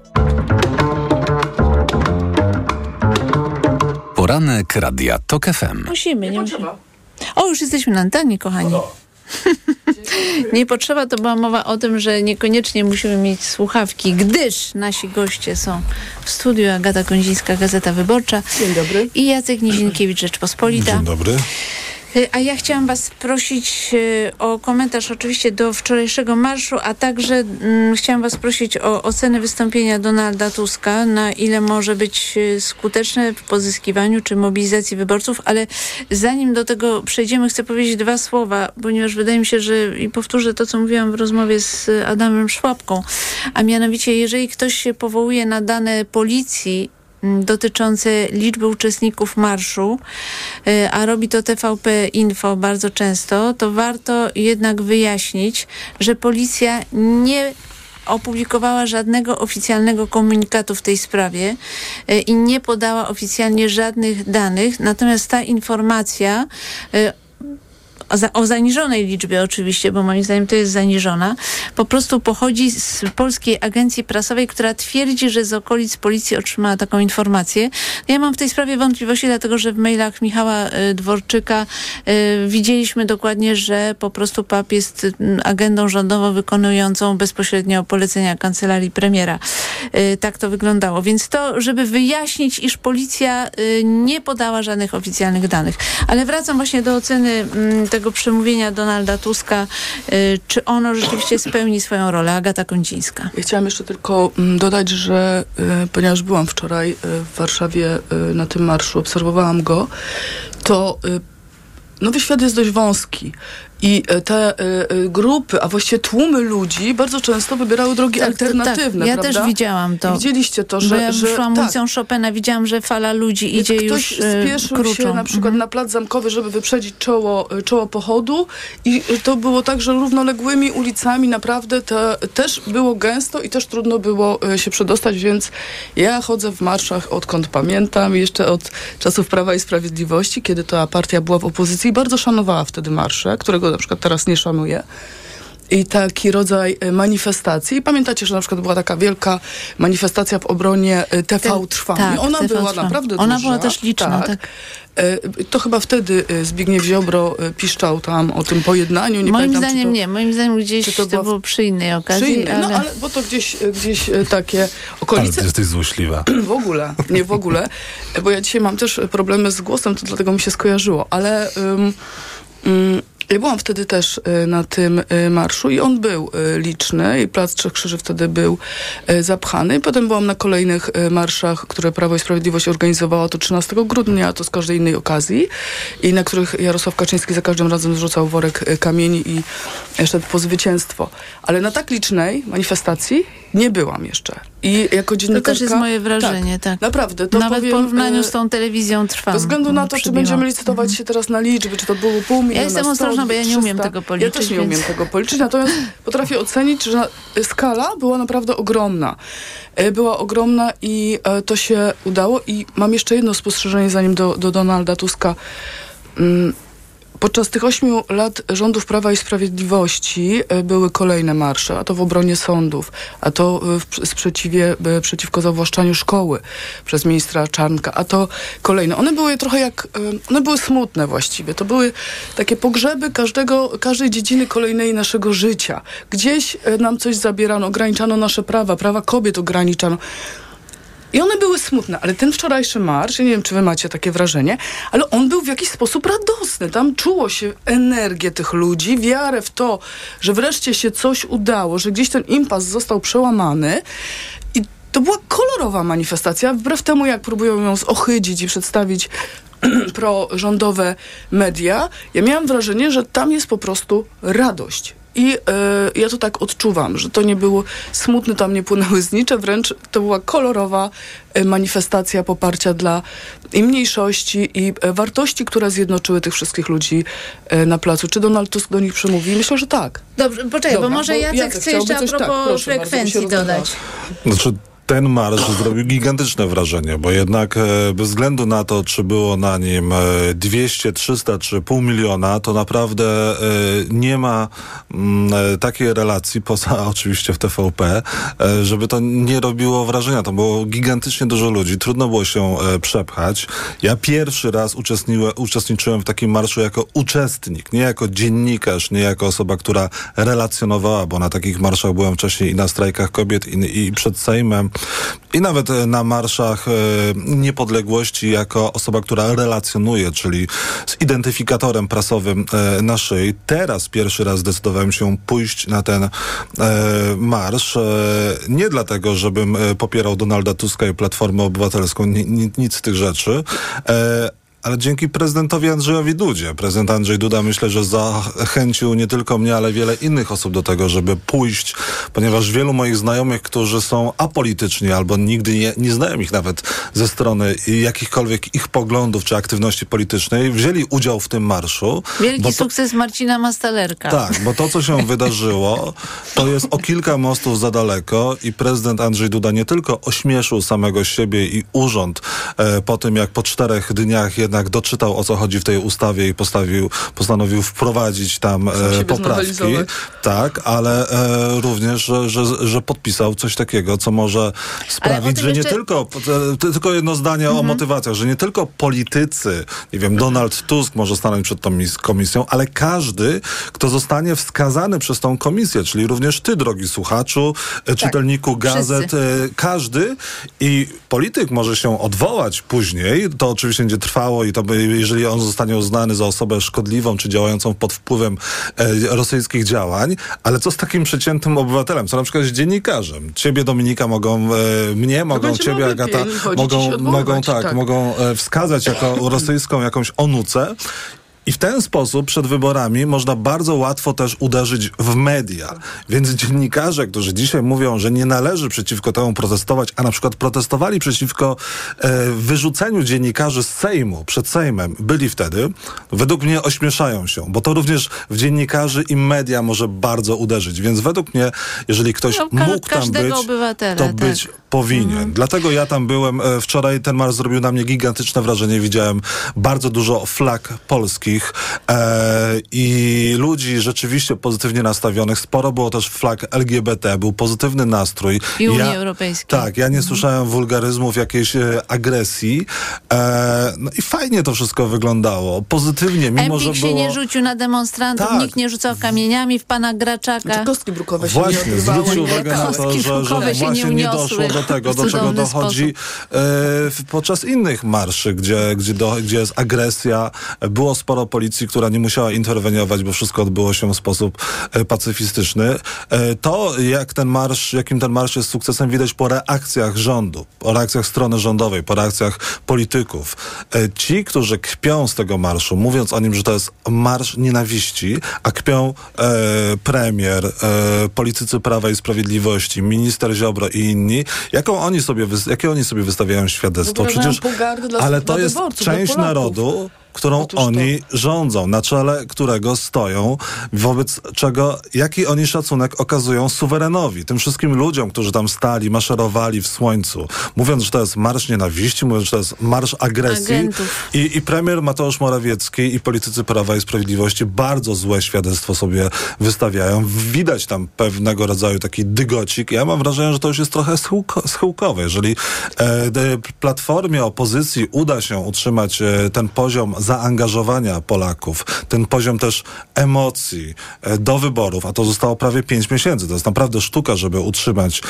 Poranek Radia TOK FM. Musimy. O, już jesteśmy na antenie, kochani. Nie potrzeba, to była mowa o tym, że niekoniecznie musimy mieć słuchawki, gdyż nasi goście są w studiu. Agata Kondzińska, Gazeta Wyborcza. Dzień dobry. I Jacek Nizinkiewicz, Rzeczpospolita. Dzień dobry. A ja chciałam was prosić o komentarz oczywiście do wczorajszego marszu, a także chciałam was prosić o ocenę wystąpienia Donalda Tuska, na ile może być skuteczne w pozyskiwaniu czy mobilizacji wyborców, ale zanim do tego przejdziemy, chcę powiedzieć 2 słowa, ponieważ wydaje mi się, że i powtórzę to, co mówiłam w rozmowie z Adamem Szłapką, a mianowicie jeżeli ktoś się powołuje na dane policji dotyczące liczby uczestników marszu, a robi to TVP Info bardzo często, to warto jednak wyjaśnić, że policja nie opublikowała żadnego oficjalnego komunikatu w tej sprawie i nie podała oficjalnie żadnych danych, natomiast ta informacja o zaniżonej liczbie oczywiście, bo moim zdaniem to jest zaniżona, po prostu pochodzi z Polskiej Agencji Prasowej, która twierdzi, że z okolic policji otrzymała taką informację. Ja mam w tej sprawie wątpliwości, dlatego że w mailach Michała Dworczyka widzieliśmy dokładnie, że po prostu PAP jest agendą rządową wykonującą bezpośrednio polecenia kancelarii premiera. Tak to wyglądało. Więc to, żeby wyjaśnić, iż policja nie podała żadnych oficjalnych danych. Ale wracam właśnie do oceny tego przemówienia Donalda Tuska. Czy ono rzeczywiście spełni swoją rolę? Agata Kondzińska. Ja chciałam jeszcze tylko dodać, że ponieważ byłam wczoraj w Warszawie na tym marszu, obserwowałam go, to nowy świat jest dość wąski. I te grupy, a właściwie tłumy ludzi bardzo często wybierały drogi alternatywne, ja prawda? też widziałam to. Widzieliście to, że ja szłam ulicą Chopina, widziałam, że fala ludzi idzie ktoś już spieszył kruczą. się na przykład na Plac Zamkowy, żeby wyprzedzić czoło pochodu i to było tak, że równoległymi ulicami naprawdę też było gęsto i też trudno było się przedostać, więc ja chodzę w marszach odkąd pamiętam, jeszcze od czasów Prawa i Sprawiedliwości, kiedy ta partia była w opozycji i bardzo szanowała wtedy marsze, którego na przykład teraz nie szanuję. I taki rodzaj manifestacji. I pamiętacie, że na przykład była taka wielka manifestacja w obronie TV Trwam. Tak, ona TV była Trwam. naprawdę Ona duża. była też liczna, tak. To chyba wtedy Zbigniew Ziobro piszczał tam o tym pojednaniu. Moim zdaniem gdzieś to było przy innej okazji. Ale... No ale bo to gdzieś takie okolice. Ale ty jesteś złośliwa. W ogóle, nie w ogóle. Bo ja dzisiaj mam też problemy z głosem, to dlatego mi się skojarzyło. Ale... Ja byłam wtedy też na tym marszu i on był liczny i Plac Trzech Krzyży wtedy był zapchany. Potem byłam na kolejnych marszach, które Prawo i Sprawiedliwość organizowało, to 13 grudnia, to z każdej innej okazji i na których Jarosław Kaczyński za każdym razem zrzucał worek kamieni i szedł po zwycięstwo. Ale na tak licznej manifestacji nie byłam jeszcze. I jako dziennikarka... To też jest moje wrażenie, tak. Naprawdę. To nawet w porównaniu z tą telewizją Trwam. Bez względu na to, czy będziemy licytować się teraz na liczby, czy to było 500 000, ja jestem ostrożna, bo ja nie umiem tego policzyć. Ja też nie umiem tego policzyć, natomiast potrafię ocenić, że skala była naprawdę ogromna. Była ogromna i to się udało. I mam jeszcze jedno spostrzeżenie, zanim do Donalda Tuska. Podczas tych 8 lat rządów Prawa i Sprawiedliwości były kolejne marsze, a to w obronie sądów, a to przeciwko zawłaszczaniu szkoły przez ministra Czarnka, a to kolejne. One były trochę one były smutne właściwie. To były takie pogrzeby każdej dziedziny kolejnej naszego życia. Gdzieś nam coś zabierano, ograniczano nasze prawa kobiet ograniczano. I one były smutne, ale ten wczorajszy marsz, ja nie wiem, czy wy macie takie wrażenie, ale on był w jakiś sposób radosny. Tam czuło się energię tych ludzi, wiarę w to, że wreszcie się coś udało, że gdzieś ten impas został przełamany. I to była kolorowa manifestacja, wbrew temu, jak próbują ją zohydzić i przedstawić prorządowe media. Ja miałam wrażenie, że tam jest po prostu radość. I ja to tak odczuwam, że to nie było smutne, tam nie płynęły znicze, wręcz to była kolorowa manifestacja poparcia dla i mniejszości, i wartości, które zjednoczyły tych wszystkich ludzi na placu. Czy Donald Tusk do nich przemówi? Myślę, że tak. Dobrze, poczekaj, bo może Jacek chce jeszcze a propos frekwencji dodać. Znaczy, ten marsz zrobił gigantyczne wrażenie, bo jednak bez względu na to, czy było na nim 200, 300 czy pół miliona, to naprawdę nie ma takiej relacji, poza oczywiście w TVP, żeby to nie robiło wrażenia. Tam było gigantycznie dużo ludzi, trudno było się przepchać. Ja pierwszy raz uczestniczyłem w takim marszu jako uczestnik, nie jako dziennikarz, nie jako osoba, która relacjonowała, bo na takich marszach byłem wcześniej i na strajkach kobiet, i przed Sejmem, i nawet na marszach niepodległości jako osoba, która relacjonuje, czyli z identyfikatorem prasowym na szyi. Teraz pierwszy raz zdecydowałem się pójść na ten marsz. Nie dlatego, żebym popierał Donalda Tuska i Platformę Obywatelską, nic z tych rzeczy, ale dzięki prezydentowi Andrzejowi Dudzie. Prezydent Andrzej Duda, myślę, że zachęcił nie tylko mnie, ale wiele innych osób do tego, żeby pójść, ponieważ wielu moich znajomych, którzy są apolityczni albo nigdy nie znają ich nawet ze strony jakichkolwiek ich poglądów czy aktywności politycznej, wzięli udział w tym marszu. Wielki sukces Marcina Mastalerka. Tak, bo to, co się wydarzyło, to jest o kilka mostów za daleko i prezydent Andrzej Duda nie tylko ośmieszył samego siebie i urząd po tym, jak po 4 dniach jednak doczytał, o co chodzi w tej ustawie i postanowił wprowadzić tam poprawki. Tak, ale również, że podpisał coś takiego, co może sprawić, że nie tylko jedno zdanie o motywacjach, że nie tylko politycy, nie wiem, Donald Tusk może stanąć przed tą komisją, ale każdy, kto zostanie wskazany przez tą komisję, czyli również ty, drogi słuchaczu, czytelniku gazet, każdy, i polityk może się odwołać później, to oczywiście będzie trwało i to jeżeli on zostanie uznany za osobę szkodliwą, czy działającą pod wpływem rosyjskich działań, ale co z takim przeciętnym obywatelem, co na przykład z dziennikarzem? Ciebie, Dominika, mogą, mnie mogą, ciebie, Agata, mogą wskazać jako rosyjską jakąś onucę. I w ten sposób przed wyborami można bardzo łatwo też uderzyć w media. Więc dziennikarze, którzy dzisiaj mówią, że nie należy przeciwko temu protestować, a na przykład protestowali przeciwko wyrzuceniu dziennikarzy z Sejmu, przed Sejmem, byli wtedy, według mnie ośmieszają się, bo to również w dziennikarzy i media może bardzo uderzyć. Więc według mnie, jeżeli ktoś mógł tam być, to być powinien. Dlatego ja tam byłem. Wczoraj ten marsz zrobił na mnie gigantyczne wrażenie. Widziałem bardzo dużo flag polskich i ludzi rzeczywiście pozytywnie nastawionych. Sporo było też flag LGBT, był pozytywny nastrój. I Unii Europejskiej. Tak, ja nie słyszałem wulgaryzmów, jakiejś agresji. No i fajnie to wszystko wyglądało. Pozytywnie, mimo że się nie rzucił na demonstrantów, nikt nie rzucał kamieniami w pana Graczaka. Kostki brukowe się nie zwrócił uwagę na to, że właśnie nie doszło do tego, do czego dochodzi podczas innych marszy, gdzie jest agresja. Było sporo policji, która nie musiała interweniować, bo wszystko odbyło się w sposób pacyfistyczny. To, jakim ten marsz jest sukcesem, widać po reakcjach rządu, po reakcjach strony rządowej, po reakcjach polityków. Ci, którzy kpią z tego marszu, mówiąc o nim, że to jest marsz nienawiści, a kpią premier, politycy Prawa i Sprawiedliwości, minister Ziobro i inni, jakie oni sobie wystawiają świadectwo? Przecież, ale to jest część narodu, którą oni rządzą, na czele którego stoją, wobec czego, jaki oni szacunek okazują suwerenowi, tym wszystkim ludziom, którzy tam stali, maszerowali w słońcu, mówiąc, że to jest marsz nienawiści, mówiąc, że to jest marsz agresji. I premier Mateusz Morawiecki i politycy Prawa i Sprawiedliwości bardzo złe świadectwo sobie wystawiają. Widać tam pewnego rodzaju taki dygocik. Ja mam wrażenie, że to już jest trochę schyłkowe. Jeżeli Platformie, opozycji uda się utrzymać ten poziom zaangażowania Polaków, ten poziom też emocji do wyborów, a to zostało prawie 5 miesięcy. To jest naprawdę sztuka, żeby utrzymać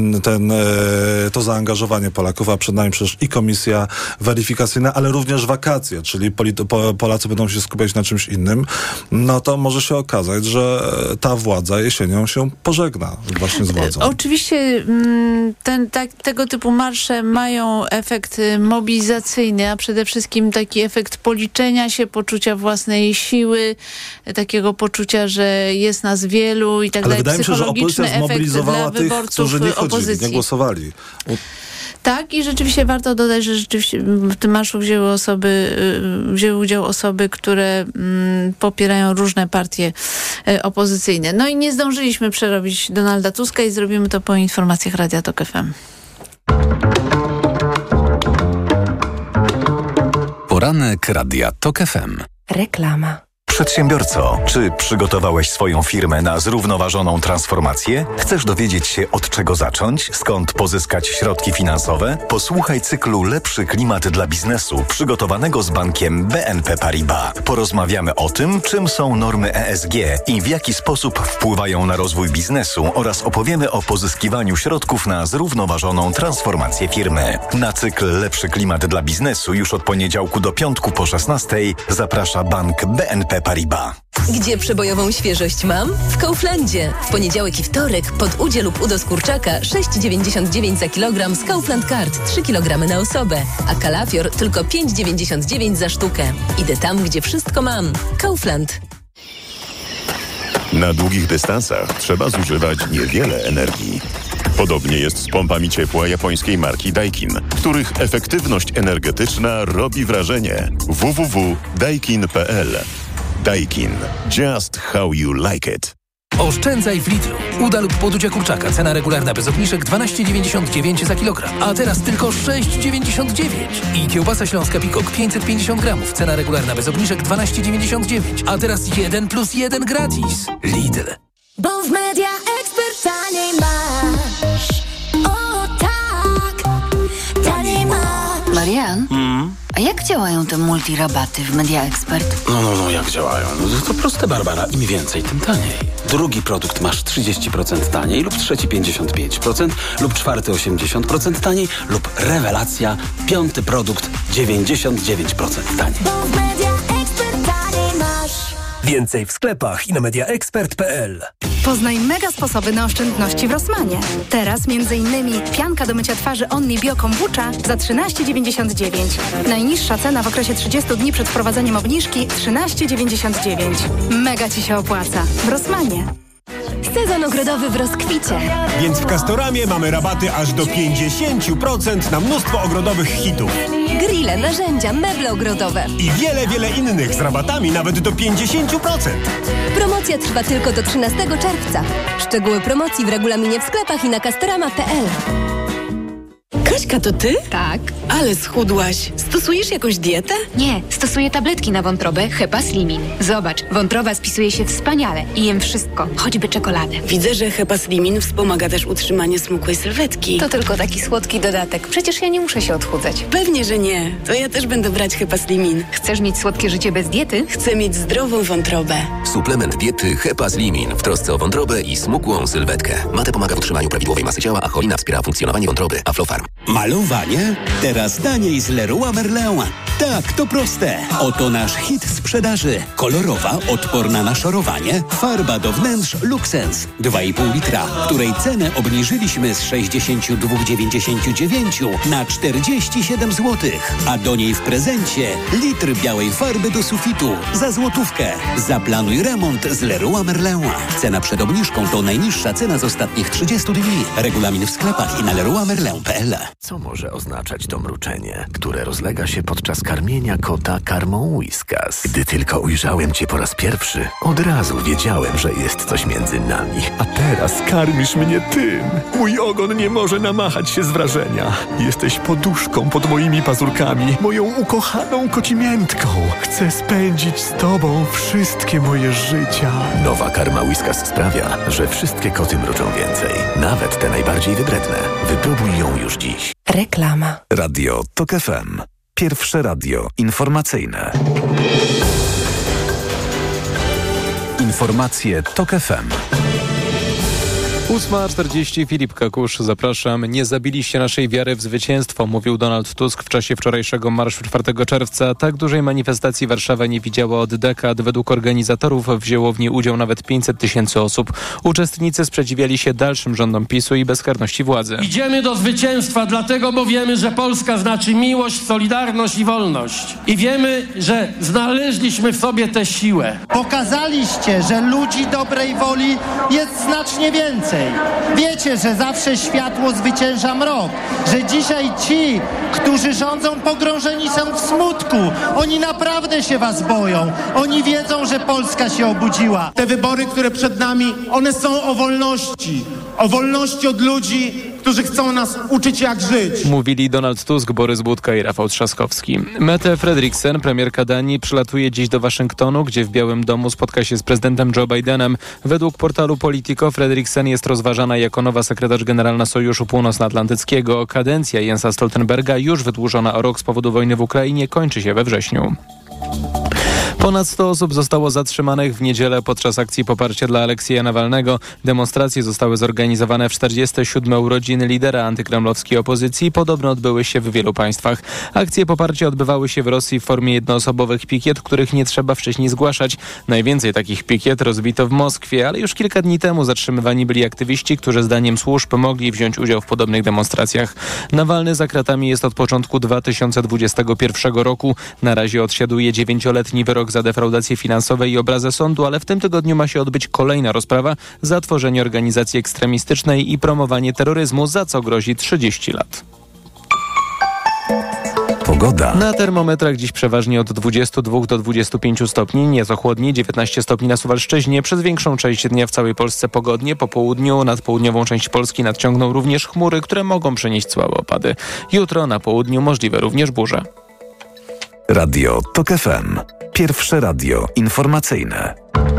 to zaangażowanie Polaków, a przed nami przecież i komisja weryfikacyjna, ale również wakacje, czyli Polacy będą się skupiać na czymś innym, no to może się okazać, że ta władza jesienią się pożegna właśnie z władzą. Oczywiście tego typu marsze mają efekt mobilizacyjny, a przede wszystkim taki efekt policzenia się, poczucia własnej siły, takiego poczucia, że jest nas wielu i tak dalej. Wydaje mi się, że opozycja zmobilizowała tych, którzy nie chodzili, opozycji. nie głosowali. Tak, i rzeczywiście warto dodać, że rzeczywiście w tym marszu wzięły udział osoby, które popierają różne partie opozycyjne. No i nie zdążyliśmy przerobić Donalda Tuska i zrobimy to po informacjach Radia Tok FM. Poranek Radia Tok FM. Reklama. Przedsiębiorco, czy przygotowałeś swoją firmę na zrównoważoną transformację? Chcesz dowiedzieć się, od czego zacząć? Skąd pozyskać środki finansowe? Posłuchaj cyklu Lepszy klimat dla biznesu przygotowanego z bankiem BNP Paribas. Porozmawiamy o tym, czym są normy ESG i w jaki sposób wpływają na rozwój biznesu oraz opowiemy o pozyskiwaniu środków na zrównoważoną transformację firmy. Na cykl Lepszy klimat dla biznesu już od poniedziałku do piątku po 16:00 zaprasza bank BNP Paribas. Gdzie przebojową świeżość mam? W Kauflandzie. W poniedziałek i wtorek pod udzie lub udo z kurczaka 6,99 za kilogram z Kaufland Card, 3 kg na osobę, a kalafior tylko 5,99 za sztukę. Idę tam, gdzie wszystko mam. Kaufland. Na długich dystansach trzeba zużywać niewiele energii. Podobnie jest z pompami ciepła japońskiej marki Daikin, których efektywność energetyczna robi wrażenie. www.daikin.pl. Daikin. Just how you like it. Oszczędzaj w Lidlu. Uda lub podudzia kurczaka. Cena regularna bez obniżek 12,99 za kilogram. A teraz tylko 6,99. I kiełbasa śląska Pikok 550 gramów. Cena regularna bez obniżek 12,99. A teraz 1 + 1 gratis. Lidl. Bo w Media Expert taniej masz. O tak, taniej masz. Marian? A jak działają te multirabaty w Media Expert? No, jak działają? To proste, Barbara. Im więcej, tym taniej. Drugi produkt masz 30% taniej, lub trzeci 55%, lub czwarty 80% taniej, lub rewelacja, piąty produkt 99% taniej. Bo w Media Expert taniej masz. Więcej w sklepach i na mediaexpert.pl. Poznaj mega sposoby na oszczędności w Rossmanie. Teraz m.in. pianka do mycia twarzy Only Bio Kombucha za 13,99. Najniższa cena w okresie 30 dni przed wprowadzeniem obniżki 13,99. Mega Ci się opłaca. W Rossmanie. Sezon ogrodowy w rozkwicie. Więc w Castoramie mamy rabaty aż do 50% na mnóstwo ogrodowych hitów. Grille, narzędzia, meble ogrodowe. I wiele innych z rabatami nawet do 50%. Promocja trwa tylko do 13 czerwca. Szczegóły promocji w regulaminie w sklepach i na castorama.pl. Kaśka, to ty? Tak. Ale schudłaś. Stosujesz jakąś dietę? Nie, stosuję tabletki na wątrobę Hepaslimin. Zobacz, wątroba spisuje się wspaniale i jem wszystko, choćby czekoladę. Widzę, że Hepaslimin wspomaga też utrzymanie smukłej sylwetki. To tylko taki słodki dodatek. Przecież ja nie muszę się odchudzać. Pewnie, że nie. To ja też będę brać Hepaslimin. Chcesz mieć słodkie życie bez diety? Chcę mieć zdrową wątrobę. Suplement diety Hepaslimin w trosce o wątrobę i smukłą sylwetkę. Mate pomaga w utrzymaniu prawidłowej masy ciała, a cholina wspiera funkcjonowanie wątroby. Aflofarm. Malowanie? Teraz taniej z Leroy Merlin. Tak, to proste. Oto nasz hit sprzedaży. Kolorowa, odporna na szorowanie, farba do wnętrz Luxens 2,5 litra, której cenę obniżyliśmy z 62,99 na 47 zł. A do niej w prezencie litr białej farby do sufitu za złotówkę. Zaplanuj remont z Leroy Merlin. Cena przed obniżką to najniższa cena z ostatnich 30 dni. Regulamin w sklepach i na leroymerlin.pl. Co może oznaczać to mruczenie, które rozlega się podczas karmienia kota karmą Whiskas? Gdy tylko ujrzałem cię po raz pierwszy, od razu wiedziałem, że jest coś między nami. A teraz karmisz mnie tym. Mój ogon nie może namachać się z wrażenia. Jesteś poduszką pod moimi pazurkami, moją ukochaną kocimiętką. Chcę spędzić z tobą wszystkie moje życia. Nowa karma Whiskas sprawia, że wszystkie koty mruczą więcej. Nawet te najbardziej wybredne. Wypróbuj ją już dziś. Reklama. Radio TOK FM. Pierwsze radio informacyjne. Informacje TOK FM. 8:40, Filip Kakusz, zapraszam. Nie zabiliście naszej wiary w zwycięstwo, mówił Donald Tusk w czasie wczorajszego marszu 4 czerwca. Tak dużej manifestacji Warszawa nie widziała od dekad. Według organizatorów wzięło w niej udział nawet 500 000 osób. Uczestnicy sprzeciwiali się dalszym rządom PiS-u i bezkarności władzy. Idziemy do zwycięstwa, dlatego, bo wiemy, że Polska znaczy miłość, solidarność i wolność. I wiemy, że znaleźliśmy w sobie tę siłę. Pokazaliście, że ludzi dobrej woli jest znacznie więcej. Wiecie, że zawsze światło zwycięża mrok, że dzisiaj ci, którzy rządzą, pogrążeni są w smutku. Oni naprawdę się was boją. Oni wiedzą, że Polska się obudziła. Te wybory, które przed nami, one są o wolności. O wolności od ludzi, którzy chcą nas uczyć, jak żyć. Mówili Donald Tusk, Borys Budka i Rafał Trzaskowski. Mette Frederiksen, premierka Danii, przylatuje dziś do Waszyngtonu, gdzie w Białym Domu spotka się z prezydentem Joe Bidenem. Według portalu Politico Frederiksen jest rozważana jako nowa sekretarz generalna Sojuszu Północnoatlantyckiego. Kadencja Jensa Stoltenberga, już wydłużona o rok z powodu wojny w Ukrainie, kończy się we wrześniu. Ponad 100 osób zostało zatrzymanych w niedzielę podczas akcji poparcia dla Aleksieja Nawalnego. Demonstracje zostały zorganizowane w 47. urodziny lidera antykremlowskiej opozycji. Podobno odbyły się w wielu państwach. Akcje poparcia odbywały się w Rosji w formie jednoosobowych pikiet, których nie trzeba wcześniej zgłaszać. Najwięcej takich pikiet rozbito w Moskwie, ale już kilka dni temu zatrzymywani byli aktywiści, którzy zdaniem służb mogli wziąć udział w podobnych demonstracjach. Nawalny za kratami jest od początku 2021 roku. Na razie odsiaduje 9-letni wyrok za defraudacje finansowe i obrazę sądu, ale w tym tygodniu ma się odbyć kolejna rozprawa za tworzenie organizacji ekstremistycznej i promowanie terroryzmu, za co grozi 30 lat. Pogoda. Na termometrach dziś przeważnie od 22 do 25 stopni, nieco chłodniej, 19 stopni na Suwalszczyźnie. Przez większą część dnia w całej Polsce pogodnie. Po południu nad południową część Polski nadciągną również chmury, które mogą przynieść słabe opady. Jutro na południu możliwe również burze. Radio TOK FM. Pierwsze radio informacyjne.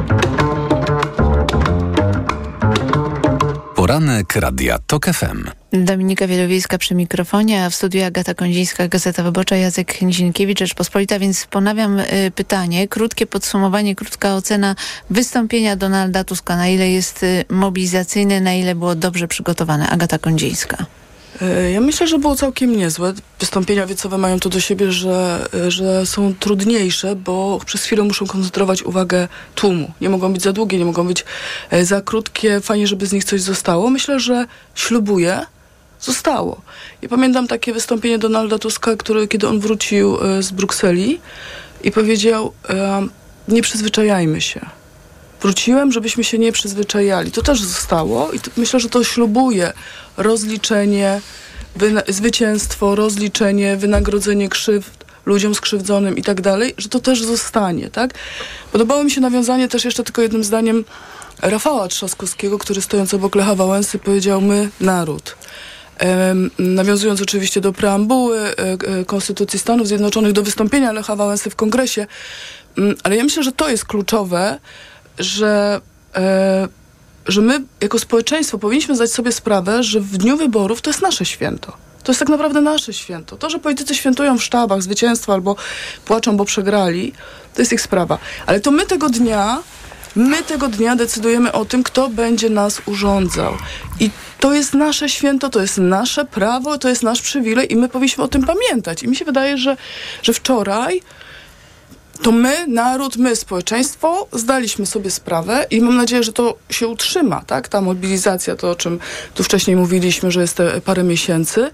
Poranek Radia TOK FM. Dominika Wielowiejska przy mikrofonie, a w studiu Agata Kondzińska, Gazeta Wyborcza, Jacek Nizienkiewicz, Rzeczpospolita, więc ponawiam pytanie. Krótkie podsumowanie, krótka ocena wystąpienia Donalda Tuska. Na ile jest mobilizacyjne, na ile było dobrze przygotowane? Agata Kondzińska. Ja myślę, że było całkiem niezłe. Wystąpienia wiecowe mają to do siebie, że są trudniejsze, bo przez chwilę muszą koncentrować uwagę tłumu. Nie mogą być za długie, nie mogą być za krótkie. Fajnie, żeby z nich coś zostało. Myślę, że ślubuję, zostało. Ja pamiętam takie wystąpienie Donalda Tuska, kiedy on wrócił z Brukseli i powiedział: nie przyzwyczajajmy się. Wróciłem, żebyśmy się nie przyzwyczajali. To też zostało i myślę, że to ślubuje rozliczenie, zwycięstwo, rozliczenie, wynagrodzenie krzywd ludziom skrzywdzonym i tak dalej, że to też zostanie, tak? Podobało mi się nawiązanie też jeszcze tylko jednym zdaniem Rafała Trzaskowskiego, który stojąc obok Lecha Wałęsy powiedział: my, naród. Nawiązując oczywiście do preambuły Konstytucji Stanów Zjednoczonych, do wystąpienia Lecha Wałęsy w Kongresie, ale ja myślę, że to jest kluczowe, że my jako społeczeństwo powinniśmy zdać sobie sprawę, że w dniu wyborów to jest nasze święto. To jest tak naprawdę nasze święto. To, że politycy świętują w sztabach zwycięstwa albo płaczą, bo przegrali, to jest ich sprawa. Ale to my tego dnia decydujemy o tym, kto będzie nas urządzał. I to jest nasze święto, to jest nasze prawo, to jest nasz przywilej i my powinniśmy o tym pamiętać. I mi się wydaje, że wczoraj to my, naród, my, społeczeństwo, zdaliśmy sobie sprawę i mam nadzieję, że to się utrzyma, tak? Ta mobilizacja, to o czym tu wcześniej mówiliśmy, że jest te parę miesięcy,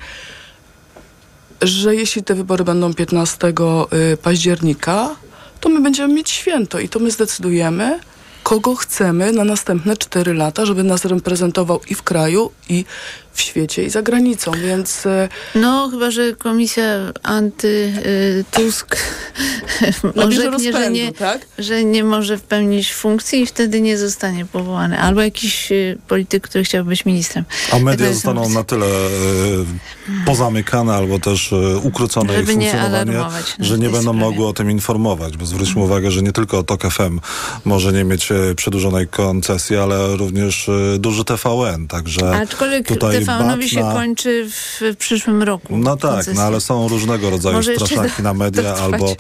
że jeśli te wybory będą 15 października, to my będziemy mieć święto i to my zdecydujemy, kogo chcemy na następne 4 lata, żeby nas reprezentował i w kraju, i w świecie, i za granicą, więc... No, chyba że komisja anty-Tusk orzeknie, że nie może pełnić funkcji i wtedy nie zostanie powołany. Albo jakiś polityk, który chciałby być ministrem. A media zostaną na tyle pozamykane albo też ukrócone ich funkcjonowanie, że nie będą mogły o tym informować, bo zwróćmy uwagę, że nie tylko TOK FM może nie mieć przedłużonej koncesji, ale również duży TVN, także aczkolwiek tutaj TVN-owi się kończy w przyszłym roku. No tak, no ale są różnego rodzaju straszaki na media albo...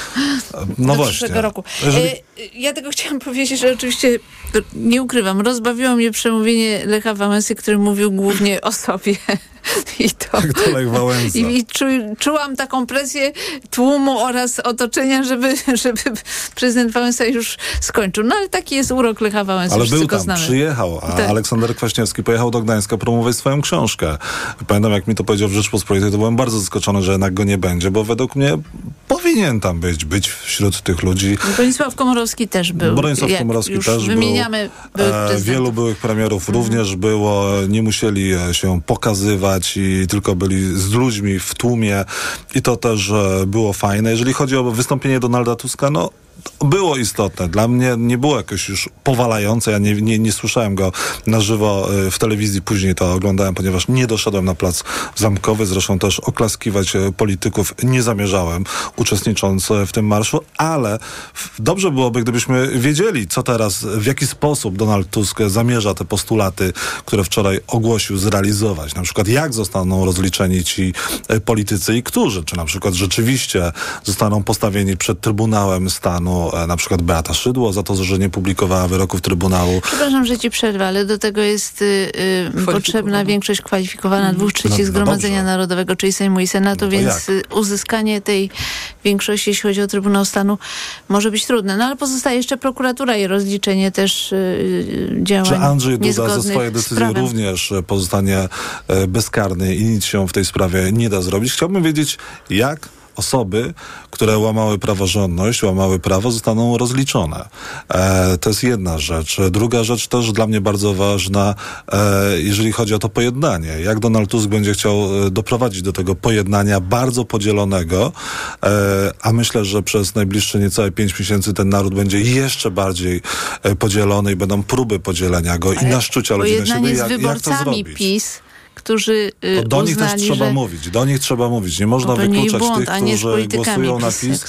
No właśnie. Roku. Ja tego chciałam powiedzieć, że oczywiście nie ukrywam, rozbawiło mnie przemówienie Lecha Wałęsy, który mówił głównie o sobie. I to Lech Wałęsa. I czułam taką presję tłumu oraz otoczenia, żeby prezydent Wałęsa już skończył. No ale taki jest urok Lecha Wałęsy. Ale był tam, przyjechał, a tak. Aleksander Kwaśniewski pojechał do Gdańska promować swoją książkę. Pamiętam, jak mi to powiedział w Rzeczpospolitej, to byłem bardzo zaskoczony, że jednak go nie będzie, bo według mnie powinien tam być wśród tych ludzi. Bronisław Komorowski też był. Bronisław Komorowski też wymieniamy był. Wielu byłych premierów również było. Nie musieli się pokazywać i tylko byli z ludźmi w tłumie i to też było fajne. Jeżeli chodzi o wystąpienie Donalda Tuska, no było istotne. Dla mnie nie było jakoś już powalające. Ja nie słyszałem go na żywo w telewizji. Później to oglądałem, ponieważ nie doszedłem na plac Zamkowy. Zresztą też oklaskiwać polityków nie zamierzałem, uczestnicząc w tym marszu, ale dobrze byłoby, gdybyśmy wiedzieli, co teraz, w jaki sposób Donald Tusk zamierza te postulaty, które wczoraj ogłosił, zrealizować. Na przykład jak zostaną rozliczeni ci politycy i którzy. Czy na przykład rzeczywiście zostaną postawieni przed Trybunałem Stanu, na przykład Beata Szydło za to, że nie publikowała wyroków Trybunału. Przepraszam, że ci przerwę, ale do tego jest potrzebna większość kwalifikowana 2/3 Zgromadzenia Narodowego, czyli Sejmu i Senatu, więc uzyskanie tej większości, jeśli chodzi o Trybunał Stanu, może być trudne. No ale pozostaje jeszcze prokuratura i rozliczenie też działań. Czy Andrzej Duda ze swojej decyzji również pozostanie bezkarny i nic się w tej sprawie nie da zrobić? Chciałbym wiedzieć, jak osoby, które łamały praworządność, łamały prawo, zostaną rozliczone. To jest jedna rzecz. Druga rzecz też dla mnie bardzo ważna, jeżeli chodzi o to pojednanie. Jak Donald Tusk będzie chciał doprowadzić do tego pojednania bardzo podzielonego, a myślę, że przez najbliższe niecałe 5 miesięcy ten naród będzie jeszcze bardziej podzielony i będą próby podzielenia go i naszczucia ludzi na siebie. Jak to zrobić? PiS, którzy do nich też trzeba mówić. Do nich trzeba mówić. Nie można wykluczać tych, którzy głosują na PiS.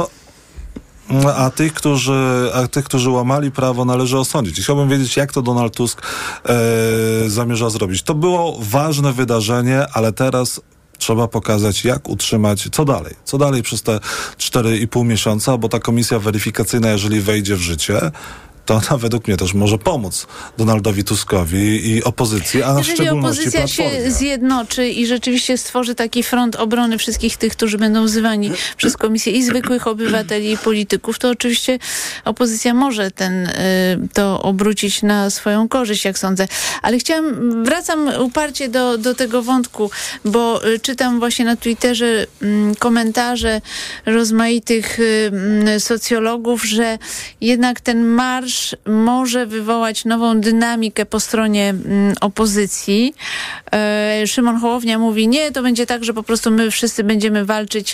A tych, którzy łamali prawo, należy osądzić. Chciałbym wiedzieć, jak to Donald Tusk zamierza zrobić. To było ważne wydarzenie, ale teraz trzeba pokazać, jak utrzymać, co dalej przez te 4,5 miesiąca, bo ta komisja weryfikacyjna, jeżeli wejdzie w życie, to ona według mnie też może pomóc Donaldowi Tuskowi i opozycji, a w szczególności opozycja się zjednoczy i rzeczywiście stworzy taki front obrony wszystkich tych, którzy będą wzywani przez komisję i zwykłych obywateli i polityków, to oczywiście opozycja może to obrócić na swoją korzyść, jak sądzę. Ale wracam uparcie do tego wątku, bo czytam właśnie na Twitterze komentarze rozmaitych socjologów, że jednak ten marsz może wywołać nową dynamikę po stronie opozycji. Szymon Hołownia mówi, nie, to będzie tak, że po prostu my wszyscy będziemy walczyć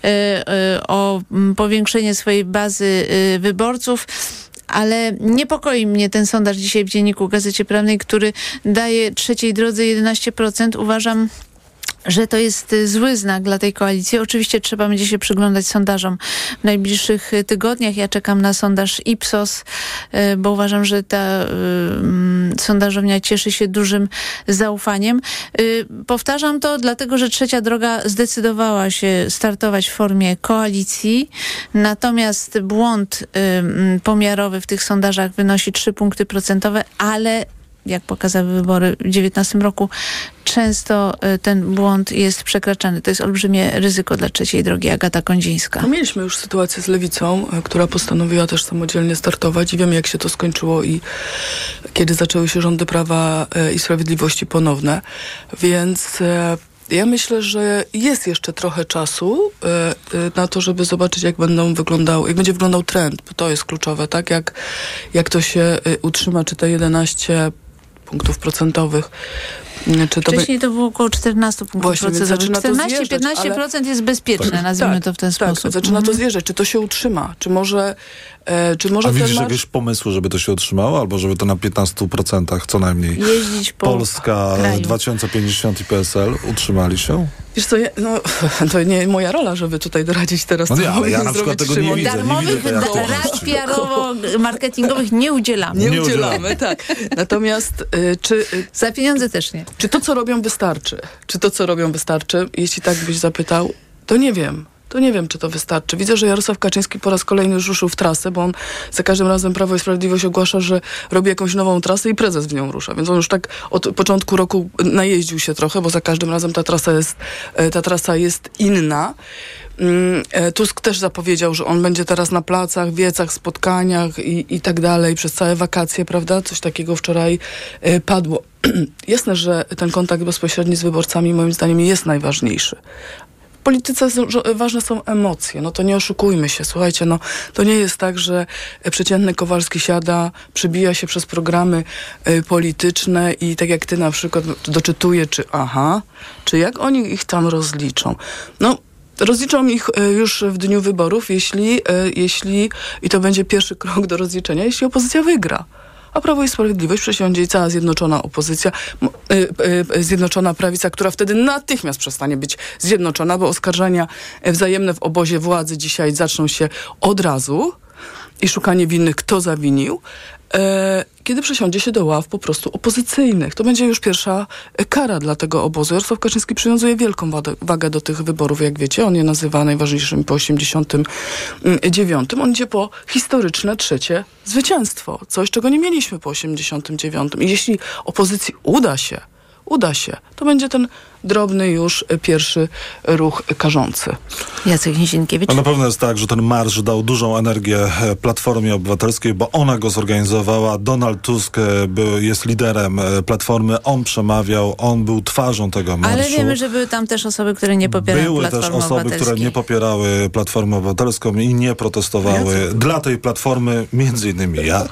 o powiększenie swojej bazy wyborców. Ale niepokoi mnie ten sondaż dzisiaj w Dzienniku Gazecie Prawnej, który daje Trzeciej Drodze 11%. Uważam, że to jest zły znak dla tej koalicji. Oczywiście trzeba będzie się przyglądać sondażom w najbliższych tygodniach. Ja czekam na sondaż Ipsos, bo uważam, że ta sondażownia cieszy się dużym zaufaniem. Powtarzam to dlatego, że Trzecia Droga zdecydowała się startować w formie koalicji, natomiast błąd pomiarowy w tych sondażach wynosi 3 punkty procentowe, ale jak pokazały wybory w 2019 roku, często ten błąd jest przekraczany. To jest olbrzymie ryzyko dla Trzeciej Drogi. Agata Kondzińska. Mieliśmy już sytuację z Lewicą, która postanowiła też samodzielnie startować i wiemy, jak się to skończyło i kiedy zaczęły się rządy Prawa i Sprawiedliwości ponowne. Więc ja myślę, że jest jeszcze trochę czasu na to, żeby zobaczyć, jak będzie wyglądał trend, bo to jest kluczowe, tak? Jak to się utrzyma, czy te 11 punktów procentowych. Wcześniej to było około 14 punktów procentowych. 14-15% jest bezpieczne, nazwijmy to w ten sposób. Tak, zaczyna to zjeżdżać. Czy to się utrzyma? Czy może a widzisz jakieś pomysły, żeby to się utrzymało? Albo żeby to na 15% co najmniej jeździć po Polska, kraju. 2050 i PSL utrzymali się? Wiesz co, to nie moja rola, żeby tutaj doradzić teraz. Ale ja na przykład tego nie widzę. Darmowych rad PR-owo-marketingowych nie udzielamy. Nie udzielamy, tak. Natomiast za pieniądze też nie. Czy to, co robią, wystarczy? Jeśli tak byś zapytał, to nie wiem. Nie wiem, czy to wystarczy. Widzę, że Jarosław Kaczyński po raz kolejny już ruszył w trasę, bo on za każdym razem Prawo i Sprawiedliwość ogłasza, że robi jakąś nową trasę i prezes w nią rusza. Więc on już tak od początku roku najeździł się trochę, bo za każdym razem ta trasa jest inna. Tusk też zapowiedział, że on będzie teraz na placach, wiecach, spotkaniach i tak dalej przez całe wakacje, prawda? Coś takiego wczoraj padło. Jasne, że ten kontakt bezpośredni z wyborcami moim zdaniem jest najważniejszy. W polityce ważne są emocje, to nie oszukujmy się. Słuchajcie, to nie jest tak, że przeciętny Kowalski siada, przebija się przez programy polityczne i tak jak ty na przykład doczytuje, czy jak oni ich tam rozliczą. Rozliczą ich już w dniu wyborów, jeśli i to będzie pierwszy krok do rozliczenia, jeśli opozycja wygra. A Prawo i Sprawiedliwość przesiądzie i cała zjednoczona opozycja, zjednoczona prawica, która wtedy natychmiast przestanie być zjednoczona, bo oskarżenia wzajemne w obozie władzy dzisiaj zaczną się od razu i szukanie winnych, kto zawinił, kiedy przesiądzie się do ław po prostu opozycyjnych. To będzie już pierwsza kara dla tego obozu. Jarosław Kaczyński przywiązuje wielką wagę do tych wyborów, jak wiecie. On je nazywa najważniejszymi po 89. On idzie po historyczne trzecie zwycięstwo. Coś, czego nie mieliśmy po 89. I jeśli opozycji uda się, to będzie ten drobny już pierwszy ruch karzący. Jacek Nizinkiewicz. A na pewno jest tak, że ten marsz dał dużą energię Platformie Obywatelskiej, bo ona go zorganizowała. Donald Tusk jest liderem Platformy, on przemawiał, on był twarzą tego marszu. Ale wiemy, że były tam też osoby, które nie popierały Platformy Były też osoby, które nie popierały Platformę Obywatelską i nie protestowały dla tej Platformy, między innymi ja.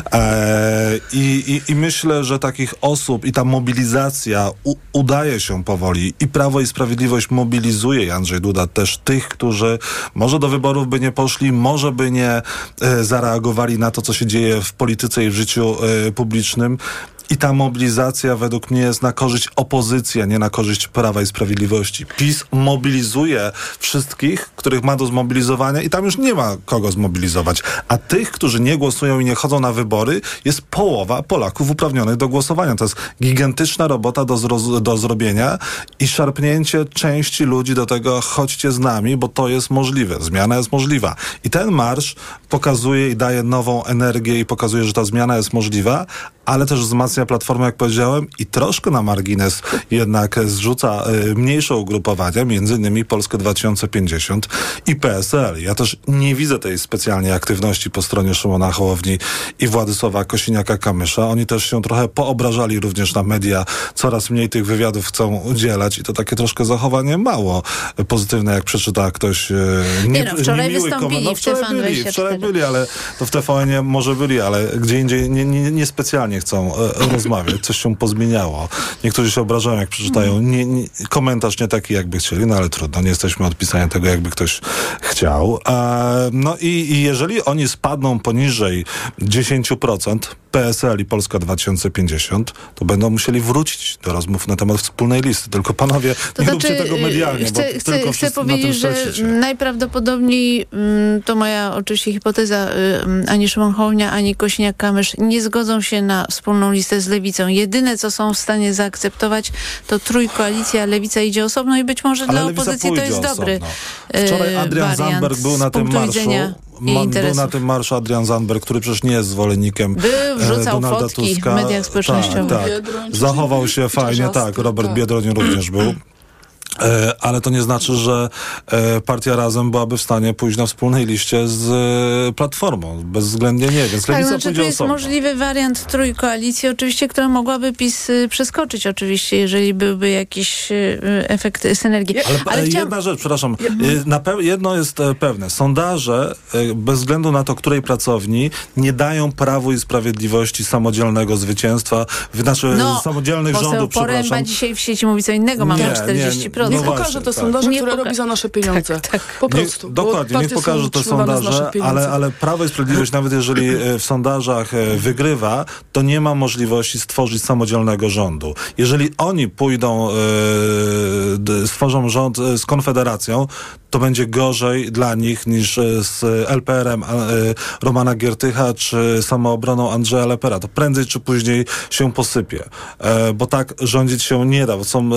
I myślę, że takich osób i ta mobilizacja udaje się powoli i Prawo i Sprawiedliwość mobilizuje, i Andrzej Duda też, tych, którzy może do wyborów by nie poszli, może by nie zareagowali na to, co się dzieje w polityce i w życiu publicznym. I ta mobilizacja według mnie jest na korzyść opozycji, a nie na korzyść Prawa i Sprawiedliwości. PiS mobilizuje wszystkich, których ma do zmobilizowania i tam już nie ma kogo zmobilizować. A tych, którzy nie głosują i nie chodzą na wybory, jest połowa Polaków uprawnionych do głosowania. To jest gigantyczna robota do zrobienia i szarpnięcie części ludzi do tego, chodźcie z nami, bo to jest możliwe. Zmiana jest możliwa. I ten marsz pokazuje i daje nową energię i pokazuje, że ta zmiana jest możliwa, ale też wzmacnia Platformę, jak powiedziałem, i troszkę na margines jednak zrzuca mniejsze ugrupowania, między innymi Polskę 2050 i PSL. Ja też nie widzę tej specjalnie aktywności po stronie Szymona Hołowni i Władysława Kosiniaka-Kamysza. Oni też się trochę poobrażali również na media, coraz mniej tych wywiadów chcą udzielać i to takie troszkę zachowanie mało pozytywne, jak przeczyta ktoś wczoraj wystąpili wczoraj byli, ale to w TVN-ie może byli, ale gdzie indziej nie specjalnie chcą rozmawiać. Coś się pozmieniało. Niektórzy się obrażają, jak przeczytają komentarz nie taki, jakby chcieli, no ale trudno. Nie jesteśmy od pisania tego, jakby ktoś chciał. No i jeżeli oni spadną poniżej 10%, PSL i Polska 2050, to będą musieli wrócić do rozmów na temat wspólnej listy. Tylko panowie, nie róbcie tego medialnie, chcę powiedzieć, że najprawdopodobniej to moja oczywiście hipoteza, ani Szymon Hołownia, ani Kosiniak-Kamysz nie zgodzą się na wspólną listę z Lewicą. Jedyne, co są w stanie zaakceptować, to trójkoalicja, Lewica idzie osobno i być może dla opozycji to jest dobry Wczoraj Adrian Zandberg był na tym marszu. Był na tym marszu Adrian Zandberg, który przecież nie jest zwolennikiem wrzucał Donalda fotki Tuska. w mediach społecznościowych. Tak. Zachował się fajnie, tak. Robert Biedroń również był. Ale to nie znaczy, że partia Razem byłaby w stanie pójść na wspólnej liście z Platformą. Bezwzględnie nie, więc Lewica pójdzie to jest osobno. możliwy wariant trójkoalicji, oczywiście, która mogłaby PiS przeskoczyć, oczywiście, jeżeli byłby jakiś efekt synergii. Ale jedna rzecz, przepraszam. Jedno jest pewne. Sondaże, bez względu na to, której pracowni, nie dają Prawu i Sprawiedliwości samodzielnego zwycięstwa, samodzielnych rządów, Poręba dzisiaj w sieci mówi co innego, mamy 40%. Niech pokaże te sondaże, które robi za nasze pieniądze. Po prostu. Dokładnie, niech pokaże te sondaże, ale Prawo i Sprawiedliwość, nawet jeżeli w sondażach wygrywa, to nie ma możliwości stworzyć samodzielnego rządu. Jeżeli oni pójdą, stworzą rząd z Konfederacją, to będzie gorzej dla nich niż z LPR-em Romana Giertycha czy Samoobroną Andrzeja Lepera. To prędzej czy później się posypie. Bo tak rządzić się nie da. Są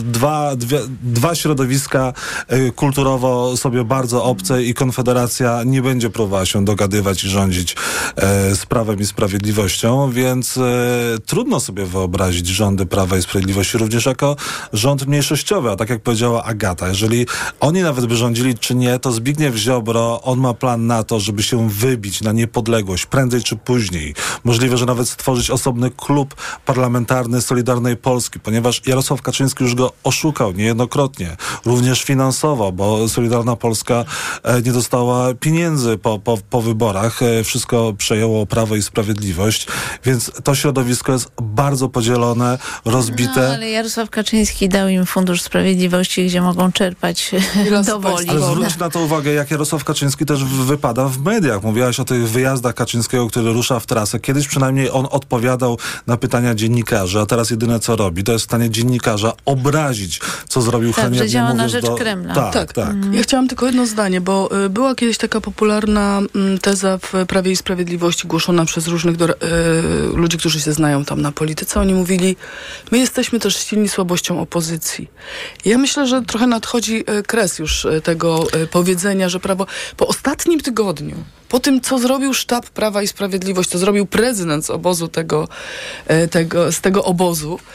dwa środowiska kulturowo sobie bardzo obce i Konfederacja nie będzie próbowała się dogadywać i rządzić z Prawem i Sprawiedliwością, więc trudno sobie wyobrazić rządy Prawa i Sprawiedliwości również jako rząd mniejszościowy. A tak jak powiedziała Agata, jeżeli oni nawet by rządzili czy nie, to Zbigniew Ziobro, on ma plan na to, żeby się wybić na niepodległość, prędzej czy później. Możliwe, że nawet stworzyć osobny klub parlamentarny Solidarnej Polski, ponieważ Jarosław Kaczyński już go oszukał niejednokrotnie, również finansowo, bo Solidarna Polska nie dostała pieniędzy po wyborach. Wszystko przejęło Prawo i Sprawiedliwość, więc to środowisko jest bardzo podzielone, rozbite. Ale Jarosław Kaczyński dał im Fundusz Sprawiedliwości, gdzie mogą czerpać do woli. Ale zwróć na to uwagę, jak Jarosław Kaczyński też wypada w mediach. Mówiłaś o tych wyjazdach Kaczyńskiego, który rusza w trasę. Kiedyś przynajmniej on odpowiadał na pytania dziennikarzy, a teraz jedyne co robi, to jest w stanie dziennikarza obrazić, co zrobił haniebnie. Że działa na rzecz Kremla. Tak. Ja chciałam tylko jedno zdanie, bo była kiedyś taka popularna teza w Prawie i Sprawiedliwości głoszona przez różnych ludzi, którzy się znają tam na polityce. Oni mówili, my jesteśmy też silni słabością opozycji. Ja myślę, że trochę nadchodzi kres już tego powiedzenia, że prawo... Po ostatnim tygodniu, po tym, co zrobił sztab Prawa i Sprawiedliwość, co zrobił prezydent z obozu z tego obozu,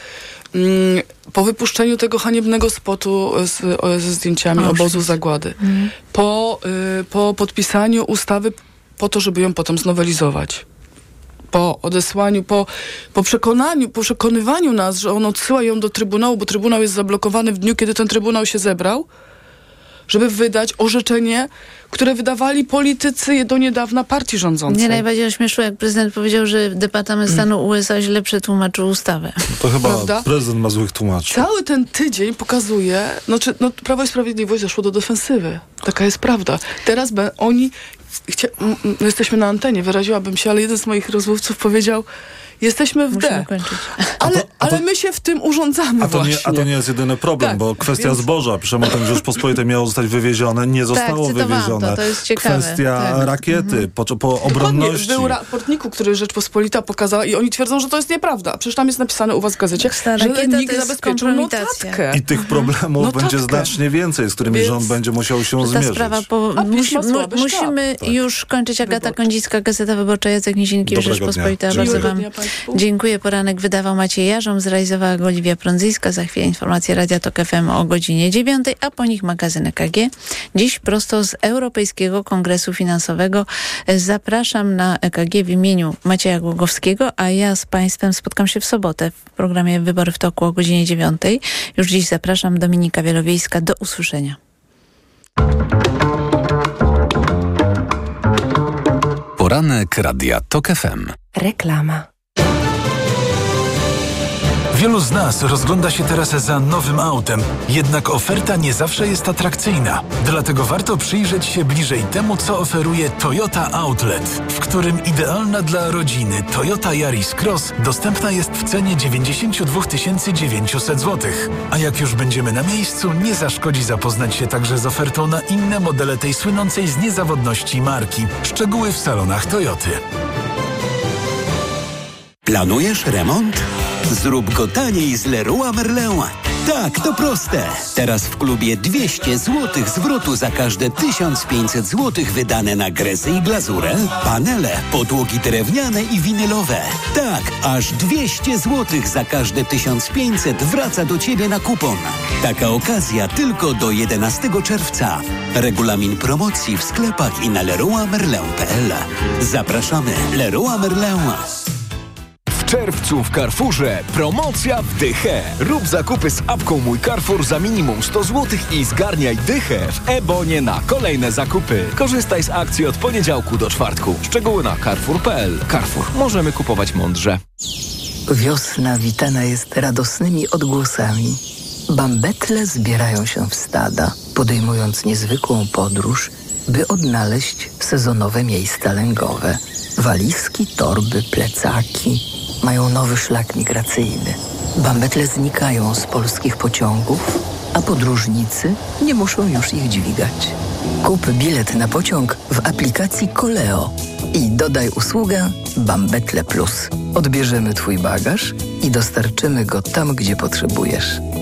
Po wypuszczeniu tego haniebnego spotu ze zdjęciami obozu zagłady, po podpisaniu ustawy po to, żeby ją potem znowelizować, po odesłaniu, po przekonywaniu nas, że on odsyła ją do Trybunału, bo Trybunał jest zablokowany w dniu, kiedy ten Trybunał się zebrał, żeby wydać orzeczenie, które wydawali politycy do niedawna partii rządzącej. Mnie najbardziej ośmieszyło, jak prezydent powiedział, że Departament Stanu USA źle przetłumaczył ustawę. To chyba prezydent ma złych tłumaczy. Cały ten tydzień pokazuje, Prawo i Sprawiedliwość zeszło do defensywy. Taka jest prawda. Teraz oni... jesteśmy na antenie, wyraziłabym się, ale jeden z moich rozmówców powiedział, jesteśmy w D. Ale my się w tym urządzamy A to nie jest jedyny problem, bo kwestia zboża, przemytem Rzeczpospolitej miało zostać wywiezione, nie zostało wywiezione. To jest ciekawe. Kwestia rakiety, po obronności. Był raportniku, który Rzeczpospolita pokazała i oni twierdzą, że to jest nieprawda. A przecież tam jest napisane u was w gazecie, że nikt zabezpieczył notatkę. I tych problemów będzie znacznie więcej, z którymi rząd będzie musiał się zmierzyć. Musimy już kończyć. Agata Kondzicka, Gazeta Wyborcza, Jacek Nizienkiewicz, Rzeczpospolita. Bardzo wam dziękuję. Poranek wydawał Maciej Jarząb, zrealizowała go Oliwia Prądzyńska. Za chwilę informacje Radia Tok FM o godzinie 9, a po nich magazyn EKG. Dziś prosto z Europejskiego Kongresu Finansowego zapraszam na EKG w imieniu Macieja Głogowskiego, a ja z Państwem spotkam się w sobotę w programie Wybory w Toku o godzinie 9. Już dziś zapraszam, Dominika Wielowiejska. Do usłyszenia. Poranek Radia Tok FM. Reklama. Wielu z nas rozgląda się teraz za nowym autem, jednak oferta nie zawsze jest atrakcyjna. Dlatego warto przyjrzeć się bliżej temu, co oferuje Toyota Outlet, w którym idealna dla rodziny Toyota Yaris Cross dostępna jest w cenie 92 900 zł. A jak już będziemy na miejscu, nie zaszkodzi zapoznać się także z ofertą na inne modele tej słynącej z niezawodności marki. Szczegóły w salonach Toyoty. Planujesz remont? Zrób go taniej z Leroy Merlin. Tak, to proste. Teraz w klubie 200 zł zwrotu za każde 1500 zł wydane na gresy i glazurę, panele, podłogi drewniane i winylowe. Tak, aż 200 zł za każde 1500 wraca do Ciebie na kupon. Taka okazja tylko do 11 czerwca. Regulamin promocji w sklepach i na leroymerlin.pl. Zapraszamy. Leroy Merlin. W czerwcu w Carrefourze promocja w dychę. Rób zakupy z apką Mój Carrefour za minimum 100 zł i zgarniaj dychę w e-bonie na kolejne zakupy. Korzystaj z akcji od poniedziałku do czwartku. Szczegóły na carrefour.pl. Carrefour. Możemy kupować mądrze. Wiosna witana jest radosnymi odgłosami. Bambetle zbierają się w stada, podejmując niezwykłą podróż, by odnaleźć sezonowe miejsca lęgowe. Walizki, torby, plecaki mają nowy szlak migracyjny. Bambetle znikają z polskich pociągów, a podróżnicy nie muszą już ich dźwigać. Kup bilet na pociąg w aplikacji Koleo i dodaj usługę Bambetle Plus. Odbierzemy Twój bagaż i dostarczymy go tam, gdzie potrzebujesz.